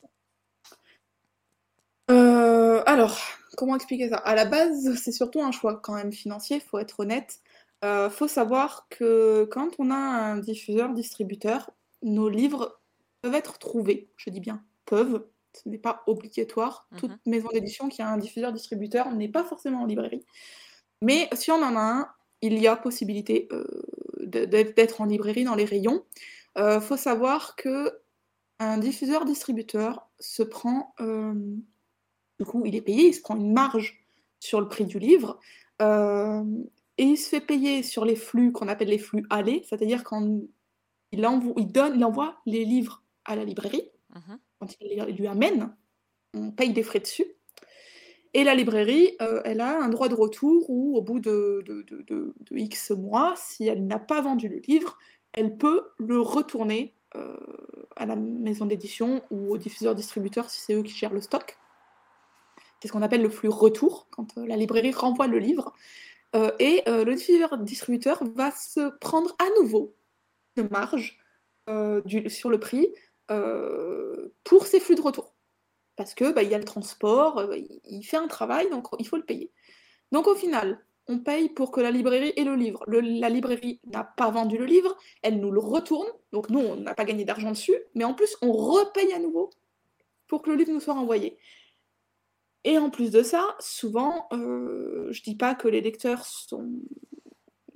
Heu, alors, comment expliquer ça? À la base, c'est surtout un choix quand même financier, faut être honnête. Heu, faut savoir que quand on a un diffuseur-distributeur, nos livres peuvent être trouvés. Je dis bien peuvent, ce n'est pas obligatoire. Toute Mmh. maison d'édition qui a un diffuseur-distributeur n'est pas forcément en librairie. Mais si on en a un, il y a possibilité, heu, de d'être d'être en librairie dans les rayons. Heu, faut savoir qu'un diffuseur-distributeur se prend, hem du coup, il est payé, il se prend une marge sur le prix du livre, hem et il se fait payer sur les flux qu'on appelle les flux allés, c'est-à-dire quand il env il donne il envoie les livres à la librairie, Mmh. quand il les lui amène, on paye des frais dessus et la librairie, heu, elle a un droit de retour où au bout de de de de de X mois, si elle n'a pas vendu le livre, elle peut le retourner, heu, à la maison d'édition ou au diffuseur-distributeur si c'est eux qui gèrent le stock. C'est ce qu'on appelle le flux retour, quand, heu, la librairie renvoie le livre, heu et heu, le diffuseur-distributeur va se prendre à nouveau de marge, heu, du sur le prix, heu, pour ces flux de retour. Parce que, bah, il y a le transport, heu, il il fait un travail, donc il faut le payer. Donc au final, on paye pour que la librairie ait le livre. Le la librairie n'a pas vendu le livre, elle nous le retourne, donc nous, on n'a pas gagné d'argent dessus, mais en plus, on repaye à nouveau pour que le livre nous soit renvoyé. Et en plus de ça, souvent, heu, je dis pas que les lecteurs sont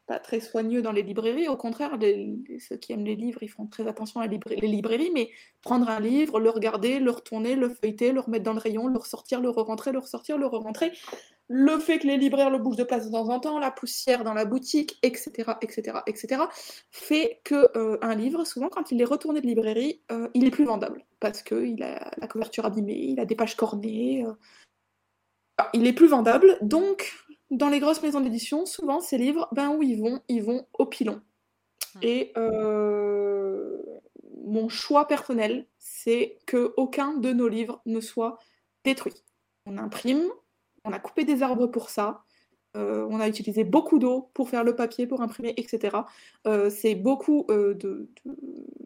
pas très soigneux dans les librairies. Au contraire, les, les- ceux qui aiment les livres, ils font très attention à libra- les librairies, mais prendre un livre, le regarder, le retourner, le feuilleter, le remettre dans le rayon, le ressortir, le re-rentrer, le ressortir, le re-rentrer, le fait que les libraires le bougent de place de temps en temps, la poussière dans la boutique, et cetera, et cetera, et cetera, fait que euh, un livre, souvent, quand il est retourné de librairie, euh, il est plus vendable parce qu'il a la couverture abîmée, il a des pages cornées, euh, ah, il est plus vendable. Donc, dans les grosses maisons d'édition, souvent, ces livres, ben où ils vont, ils vont au pilon. Hmm. Et euh, mon choix personnel, c'est que aucun de nos livres ne soit détruit. On imprime, on a coupé des arbres pour ça, euh, on a utilisé beaucoup d'eau pour faire le papier, pour imprimer, et cetera. Euh, c'est beaucoup euh, de, de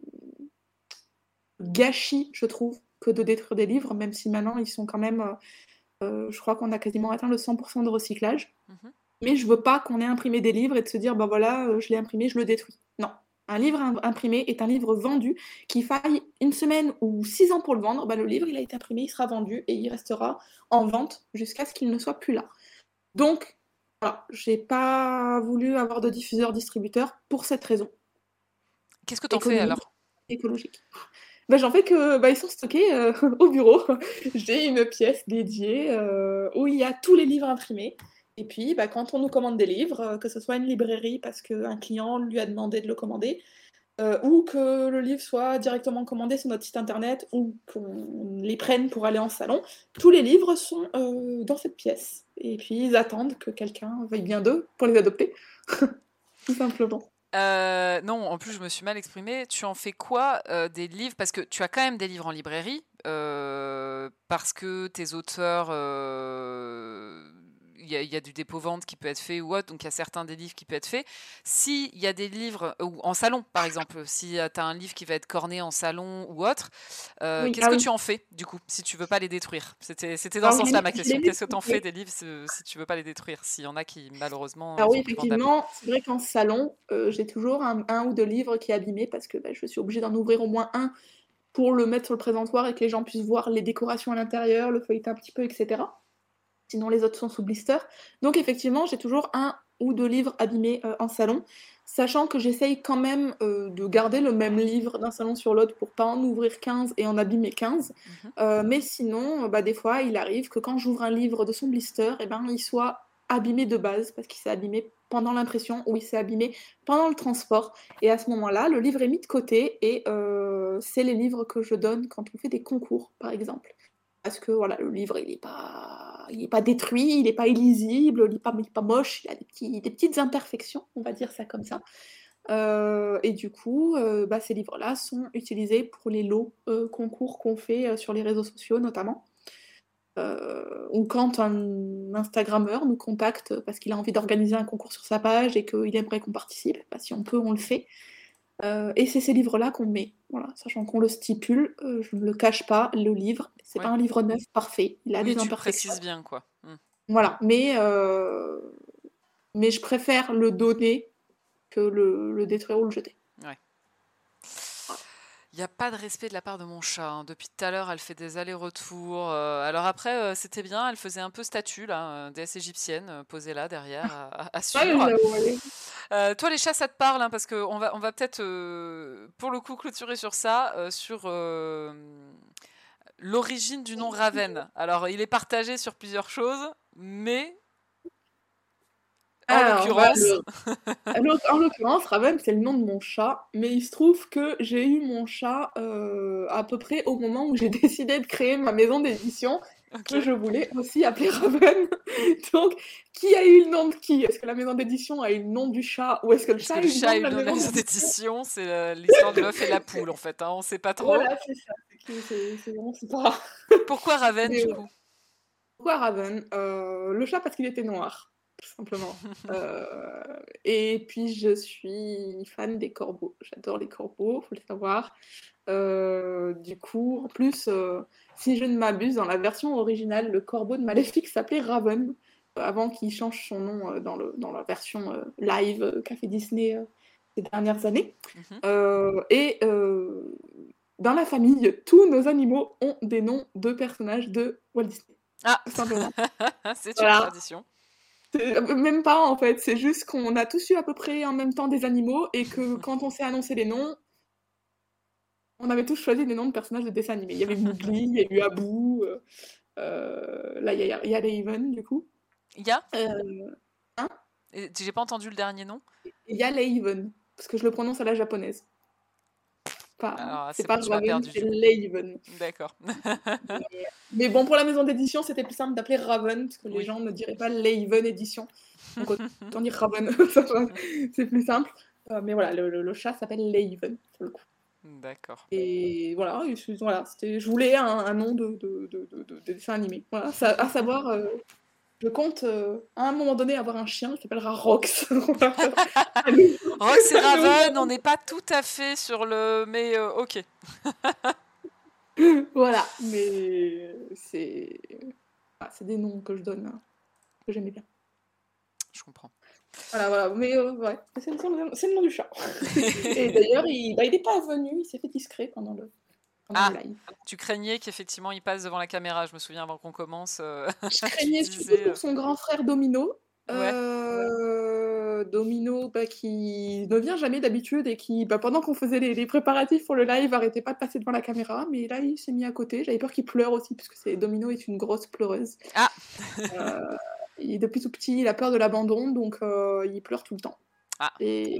gâchis, je trouve, que de détruire des livres, même si maintenant ils sont quand même, euh, euh, je crois qu'on a quasiment atteint le cent pour cent de recyclage. Mhm. Mais je veux pas qu'on ait imprimé des livres et de se dire, bah voilà, euh, je l'ai imprimé, je le détruis. Non. Un livre im- imprimé est un livre vendu. Qu'il faille une semaine ou six ans pour le vendre, bah, le livre, il a été imprimé, il sera vendu et il restera en vente jusqu'à ce qu'il ne soit plus là. Donc, voilà, j'ai pas voulu avoir de diffuseur-distributeur pour cette raison. Qu'est-ce que t'en fais Économique, alors? écologique. Bah, j'en fais que bah, ils sont stockés euh, au bureau. J'ai une pièce dédiée euh, où il y a tous les livres imprimés. Et puis, bah, quand on nous commande des livres, euh, que ce soit une librairie parce qu'un client lui a demandé de le commander, euh, ou que le livre soit directement commandé sur notre site internet, ou qu'on les prenne pour aller en salon, tous les livres sont euh, dans cette pièce. Et puis, ils attendent que quelqu'un veuille bien d'eux pour les adopter, tout simplement. Euh, non, en plus je me suis mal exprimée. Tu en fais quoi euh, des livres? Parce que tu as quand même des livres en librairie, euh, parce que tes auteurs, euh, il y a, il y a du dépôt-vente qui peut être fait ou autre, donc il y a certains des livres qui peuvent être faits. S'il y a des livres, ou en salon par exemple, si tu as un livre qui va être corné en salon ou autre, euh, Oui, qu'est-ce ah que oui. tu en fais du coup, si tu veux pas les détruire? C'était, c'était dans ce Alors, je sens-là les, ma je les question. laisse Qu'est-ce que tu en fais stocker. des livres si, si tu veux pas les détruire? S'il y en a qui malheureusement Alors oui, sont plus vendables. effectivement, c'est vrai qu'en salon, euh, j'ai toujours un, un ou deux livres qui est abîmé parce que bah, je suis obligée d'en ouvrir au moins un pour le mettre sur le présentoir et que les gens puissent voir les décorations à l'intérieur, le feuilleter un petit peu, et cetera. Sinon, les autres sont sous blister. Donc effectivement, j'ai toujours un ou deux livres abîmés euh, en salon, sachant que j'essaye quand même euh, de garder le même livre d'un salon sur l'autre pour pas en ouvrir quinze et en abîmer quinze. Mhm. Euh, mais sinon, euh, bah, des fois, il arrive que quand j'ouvre un livre de son blister, eh ben, il soit abîmé de base, parce qu'il s'est abîmé pendant l'impression ou il s'est abîmé pendant le transport. Et à ce moment-là, le livre est mis de côté et euh, c'est les livres que je donne quand on fait des concours, par exemple. Parce que voilà, le livre, il n'est pas, il est pas détruit, il n'est pas illisible, il n'est pas, il est pas moche, il a des, petits, des petites imperfections, on va dire ça comme ça. Euh, et du coup, euh, bah, ces livres-là sont utilisés pour les lots euh, concours qu'on fait euh, sur les réseaux sociaux notamment. Euh, ou quand un Instagrammeur nous contacte parce qu'il a envie d'organiser un concours sur sa page et qu'il aimerait qu'on participe, bah, si on peut, on le fait. Euh, et c'est ces livres-là qu'on met, voilà, sachant qu'on le stipule, euh, je ne le cache pas, le livre, c'est pas Oui. un livre neuf parfait, il a Oui, des tu le imperfections. précises bien, quoi. Mm. Voilà, mais, euh, mais je préfère le donner que le, le détruire ou le jeter. Ouais. Voilà. Il n'y a pas de respect de la part de mon chat, hein. Depuis tout à l'heure, elle fait des allers-retours. euh, alors après, euh, c'était bien, elle faisait un peu statue, là, euh, déesse égyptienne, euh, posée là, derrière, à, à- à Ouais, suivre. j'avoue, allez. Euh, toi, les chats, ça te parle, hein, parce qu'on va, on va peut-être, euh, pour le coup, clôturer sur ça, euh, sur euh, l'origine du nom Raven. Alors, il est partagé sur plusieurs choses, mais en Alors, bah, l'occurrence... le- alors, en l'occurrence, Raven, c'est le nom de mon chat, mais il se trouve que j'ai eu mon chat euh, à peu près au moment où j'ai décidé de créer ma maison d'édition, Ok. que je voulais aussi appeler Raven. Donc, qui a eu le nom de qui? Est-ce que la maison d'édition a eu le nom du chat ou est-ce que le Est-ce chat que a le eu le chat a nom de eu le la nom de la maison maison d'édition? d'édition? C'est euh, l'histoire de l'œuf et la poule, en fait, hein, on sait pas trop. Voilà, c'est ça. C'est que c'est- c'est- on sait pas. Pourquoi Raven, Mais du ouais. coup? Pourquoi Raven? Euh, le chat parce qu'il était noir, tout simplement. Euh, et puis je suis fan des corbeaux. J'adore les corbeaux, faut le savoir. Euh, du coup, en plus, euh, si je ne m'abuse, dans la version originale, le corbeau de Maléfique s'appelait Raven, euh, avant qu'il change son nom euh, dans, le, dans la version euh, live euh, qu'a fait Disney euh, ces dernières années. Mhm. Euh, et euh, dans la famille, tous nos animaux ont des noms de personnages de Walt Disney, Ah, tout simplement. c'est une Voilà. tradition. C'est- Même pas en fait, c'est juste qu'on a tous eu à peu près en même temps des animaux et que quand on s'est annoncé les noms, on avait tous choisi des noms de personnages de dessins animés. Il y avait Mowgli, il y a eu Abu, euh, euh, là il y a, il y a Raven du coup. Il y a Euh, hein Et J'ai pas entendu le dernier nom. Il y a Raven, parce que je le prononce à la japonaise. Pas, Alors, c'est c'est pas bon, tu m'as Raven, perdu c'est du coup. Raven. D'accord. Mais, mais bon, pour la maison d'édition, c'était plus simple d'appeler Raven, parce que les Oui. gens ne diraient pas Raven édition. Donc autant dire Raven, c'est plus simple. Euh, mais voilà, le, le- le chat s'appelle Raven, pour le coup. D'accord. Et voilà, et je, voilà c'était, je voulais un, un nom de, de, de, de, de dessin animé. Voilà, ça, à savoir, euh, je compte euh, à un moment donné avoir un chien qui s'appellera Rox. Rox et Raven, on n'est pas tout à fait sur le... Mais euh, ok. Voilà, mais c'est ah, c'est des noms que je donne, hein, que j'aimais bien. Je comprends. Voilà, voilà, mais euh, ouais, c'est le, nom- c'est le nom du chat. Et d'ailleurs, il bah, il n'est pas venu, il s'est fait discret pendant le, pendant Ah, le live. tu craignais qu'effectivement il passe devant la caméra. Je me souviens avant qu'on commence, euh, Je tu craignais surtout disais... pour son grand frère Domino. euh, Ouais. Euh, Domino bah, qui ne vient jamais d'habitude et qui, bah, pendant qu'on faisait les, les préparatifs pour le live, arrêtait pas de passer devant la caméra. Mais là, il s'est mis à côté. J'avais peur qu'il pleure aussi, puisque c'est, Domino est une grosse pleureuse. Ah. Euh, et depuis tout petit, il a peur de l'abandon, donc euh, il pleure tout le temps. Ah.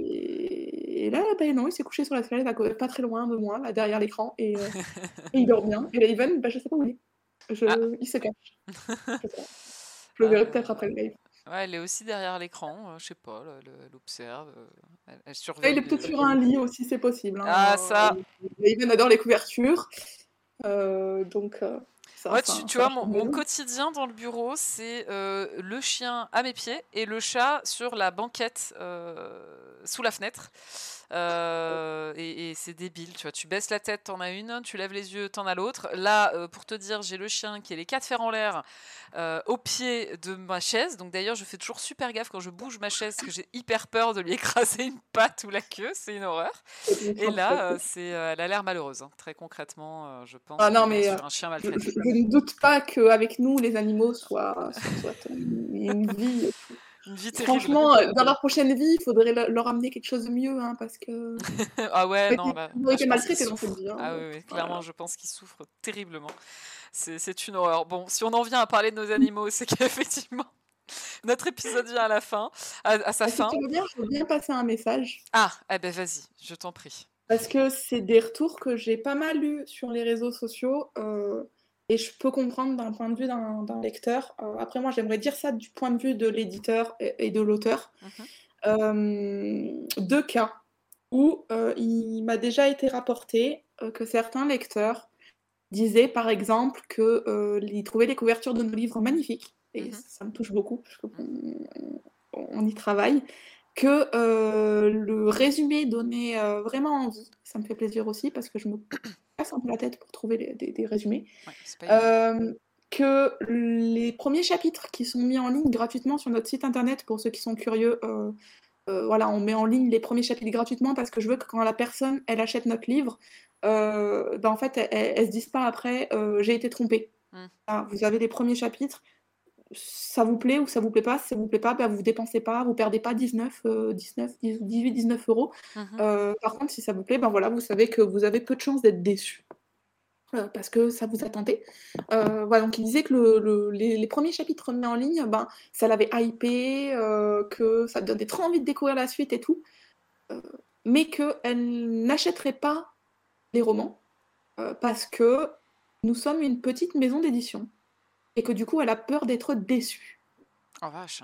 Et, et là, bah, non, il s'est couché sur la fenêtre, à côté- pas très loin de moi, là, derrière l'écran, et, euh, et il dort bien. Et là, Ivan, bah, je sais pas où il est. Je... Ah. Il se cache. Je sais pas. Je le verrai Euh, peut-être après le live. Ouais, elle est aussi derrière l'écran, euh, je sais pas, là, elle, elle observe, euh, elle, elle Ah, il surveille est peut-être le... sur un lit aussi, c'est possible. Ah, Hein. ça. Et Ivan adore les couvertures. Euh, donc, euh, ça, Ouais, ça, tu, tu ça vois, change mon, mon bien. quotidien dans le bureau, c'est euh, le chien à mes pieds et le chat sur la banquette euh, sous la fenêtre. Euh, et, et c'est débile, tu vois. Tu baisses la tête, t'en as une, tu lèves les yeux, t'en as l'autre. Là, euh, pour te dire, j'ai le chien qui a les quatre fers en l'air euh, au pied de ma chaise. Donc d'ailleurs, je fais toujours super gaffe quand je bouge ma chaise, parce que j'ai hyper peur de lui écraser une patte ou la queue. C'est une horreur. Et là, euh, c'est, euh, elle a l'air malheureuse. Hein. Très concrètement, euh, je pense Ah non, qu'on est mais euh, sur un chien je, maltraité. je- je ne doute pas qu'avec nous, les animaux soient, soient, soient une, une vie. Une vie terrible. Franchement, euh, dans leur prochaine vie, il faudrait le- leur amener quelque chose de mieux, hein, parce que Ah ouais, ils non, là, ont là je été pense qu'ils maltraités dans cette souffrent. vie. Hein, Ah donc, oui, oui, clairement, voilà. je pense qu'ils souffrent terriblement. C'est, c'est une horreur. Bon, si on en vient à parler de nos animaux, c'est qu'effectivement, notre épisode vient à la fin, à, à sa Ah, si fin. tu veux bien, je veux bien passer un message. Ah, eh ben vas-y, je t'en prie. Parce que c'est des retours que j'ai pas mal eus sur les réseaux sociaux. Euh, et je peux comprendre d'un point de vue d'un, d'un lecteur. Euh, après, moi, j'aimerais dire ça du point de vue de l'éditeur et, et de l'auteur. Mhm. Euh, deux cas où euh, il m'a déjà été rapporté euh, que certains lecteurs disaient, par exemple, qu'ils euh, trouvaient les couvertures de nos livres magnifiques. Et Mhm. ça, ça me touche beaucoup, parce qu'on on y travaille. Que euh, le résumé donnait euh, vraiment envie. Ça me fait plaisir aussi, parce que je me casse un peu la tête pour trouver les- des, des résumés. Ouais, c'est pas évident. Euh, que les premiers chapitres qui sont mis en ligne gratuitement sur notre site internet, pour ceux qui sont curieux, euh, euh, voilà, on met en ligne les premiers chapitres gratuitement, parce que je veux que quand la personne elle achète notre livre, euh, ben en fait elle, elle, elle se dise pas après euh, j'ai été trompée. Mm. Ah, vous avez les premiers chapitres, ça vous plaît ou ça vous plaît pas. Si ça vous plaît pas, ben vous dépensez pas, vous perdez pas dix-neuf, euh, dix-neuf, dix-huit, dix-neuf euros. Mhm. Euh, par contre, si ça vous plaît, ben voilà, vous savez que vous avez peu de chances d'être déçu. Euh, parce que ça vous a tenté. Euh, voilà, donc il disait que le, le- les, les premiers chapitres mis en ligne, ben, ça l'avait hypé, euh, que ça donnait trop envie de découvrir la suite et tout, euh, mais qu'elle n'achèterait pas les romans, euh, parce que nous sommes une petite maison d'édition, et que du coup, elle a peur d'être déçue. Oh vache.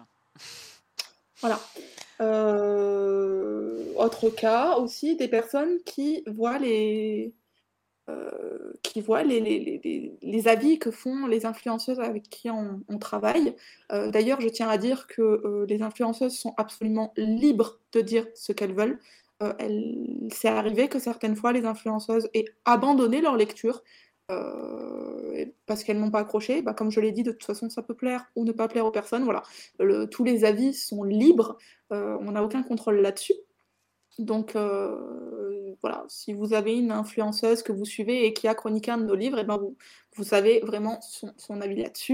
Voilà. Euh, autre cas aussi, des personnes qui voient les, euh, qui voient les, les, les, les avis que font les influenceuses avec qui on, on travaille. Euh, d'ailleurs, je tiens à dire que euh, les influenceuses sont absolument libres de dire ce qu'elles veulent. Euh, elles- c'est arrivé que certaines fois, les influenceuses aient abandonné leur lecture euh, parce qu'elles n'ont pas accroché. Bah, comme je l'ai dit, de toute façon, ça peut plaire ou ne pas plaire aux personnes. Voilà. Le- tous les avis sont libres. Euh, on n'a aucun contrôle là-dessus. Donc euh, voilà, si vous avez une influenceuse que vous suivez et qui a chroniqué un de nos livres, et ben vous, vous savez vraiment son, son avis là-dessus.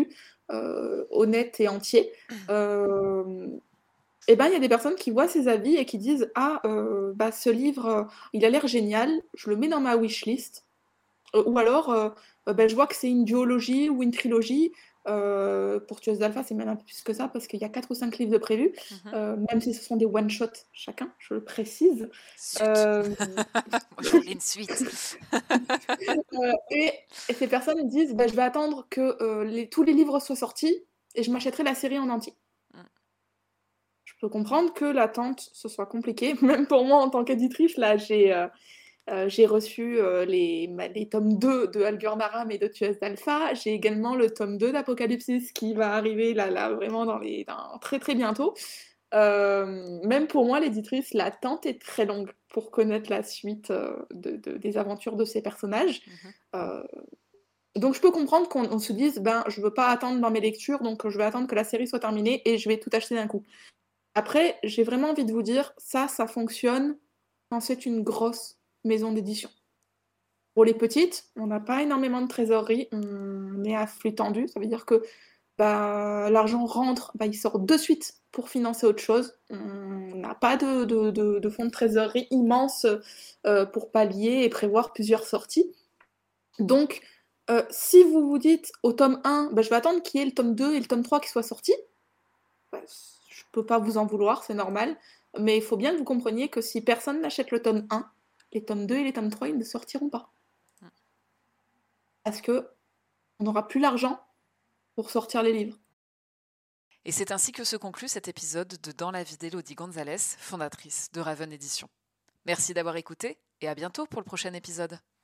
euh, honnête et entier. Euh, et ben il y a des personnes qui voient ces avis et qui disent ah euh, bah ce livre euh, il a l'air génial, je le mets dans ma wishlist. Euh, ou alors euh, euh, ben, je vois que c'est une duologie ou une trilogie. Euh, pour Tueuse d'Alpha, c'est même un peu plus que ça parce qu'il y a quatre ou cinq livres de prévus, Mhm. euh, même si ce sont des one-shots chacun, je le précise. Zut. Euh, Moi, je voulais une suite. euh, et, et ces personnes ils disent bah, je vais attendre que euh, les, tous les livres soient sortis et je m'achèterai la série en entier. Mm. Je peux comprendre que l'attente ce soit compliqué, même pour moi en tant qu'éditrice, là j'ai euh, euh, j'ai reçu euh, les, ma- les tomes deux de Algur Maram et de Tueuse d'Alpha. J'ai également le tome deux d'Apocalypsis qui va arriver là, là vraiment dans les, dans- très très bientôt. Euh, même pour moi, l'éditrice, l'attente est très longue pour connaître la suite euh, de, de- des aventures de ces personnages. Mhm. Euh, donc je peux comprendre qu'on on se dise, ben, je veux pas attendre dans mes lectures, donc je vais attendre que la série soit terminée et je vais tout acheter d'un coup. Après, j'ai vraiment envie de vous dire, ça, ça fonctionne quand c'est une grosse maison d'édition. Pour les petites, on n'a pas énormément de trésorerie, on est à flux tendu, ça veut dire que bah, l'argent rentre, bah, il sort de suite pour financer autre chose. On n'a pas de, de, de, de fonds de trésorerie immense euh, pour pallier et prévoir plusieurs sorties. Donc, euh, si vous vous dites au tome un, bah, je vais attendre qu'il y ait le tome deux et le tome trois qui soient sortis, bah, je peux pas vous en vouloir, c'est normal. Mais il faut bien que vous compreniez que si personne n'achète le tome un, les tomes deux et les tomes trois, ils ne sortiront pas. Parce que on n'aura plus l'argent pour sortir les livres. Et c'est ainsi que se conclut cet épisode de Dans la vie d'Élodie Gonzalez, fondatrice de Raven Éditions. Merci d'avoir écouté et à bientôt pour le prochain épisode.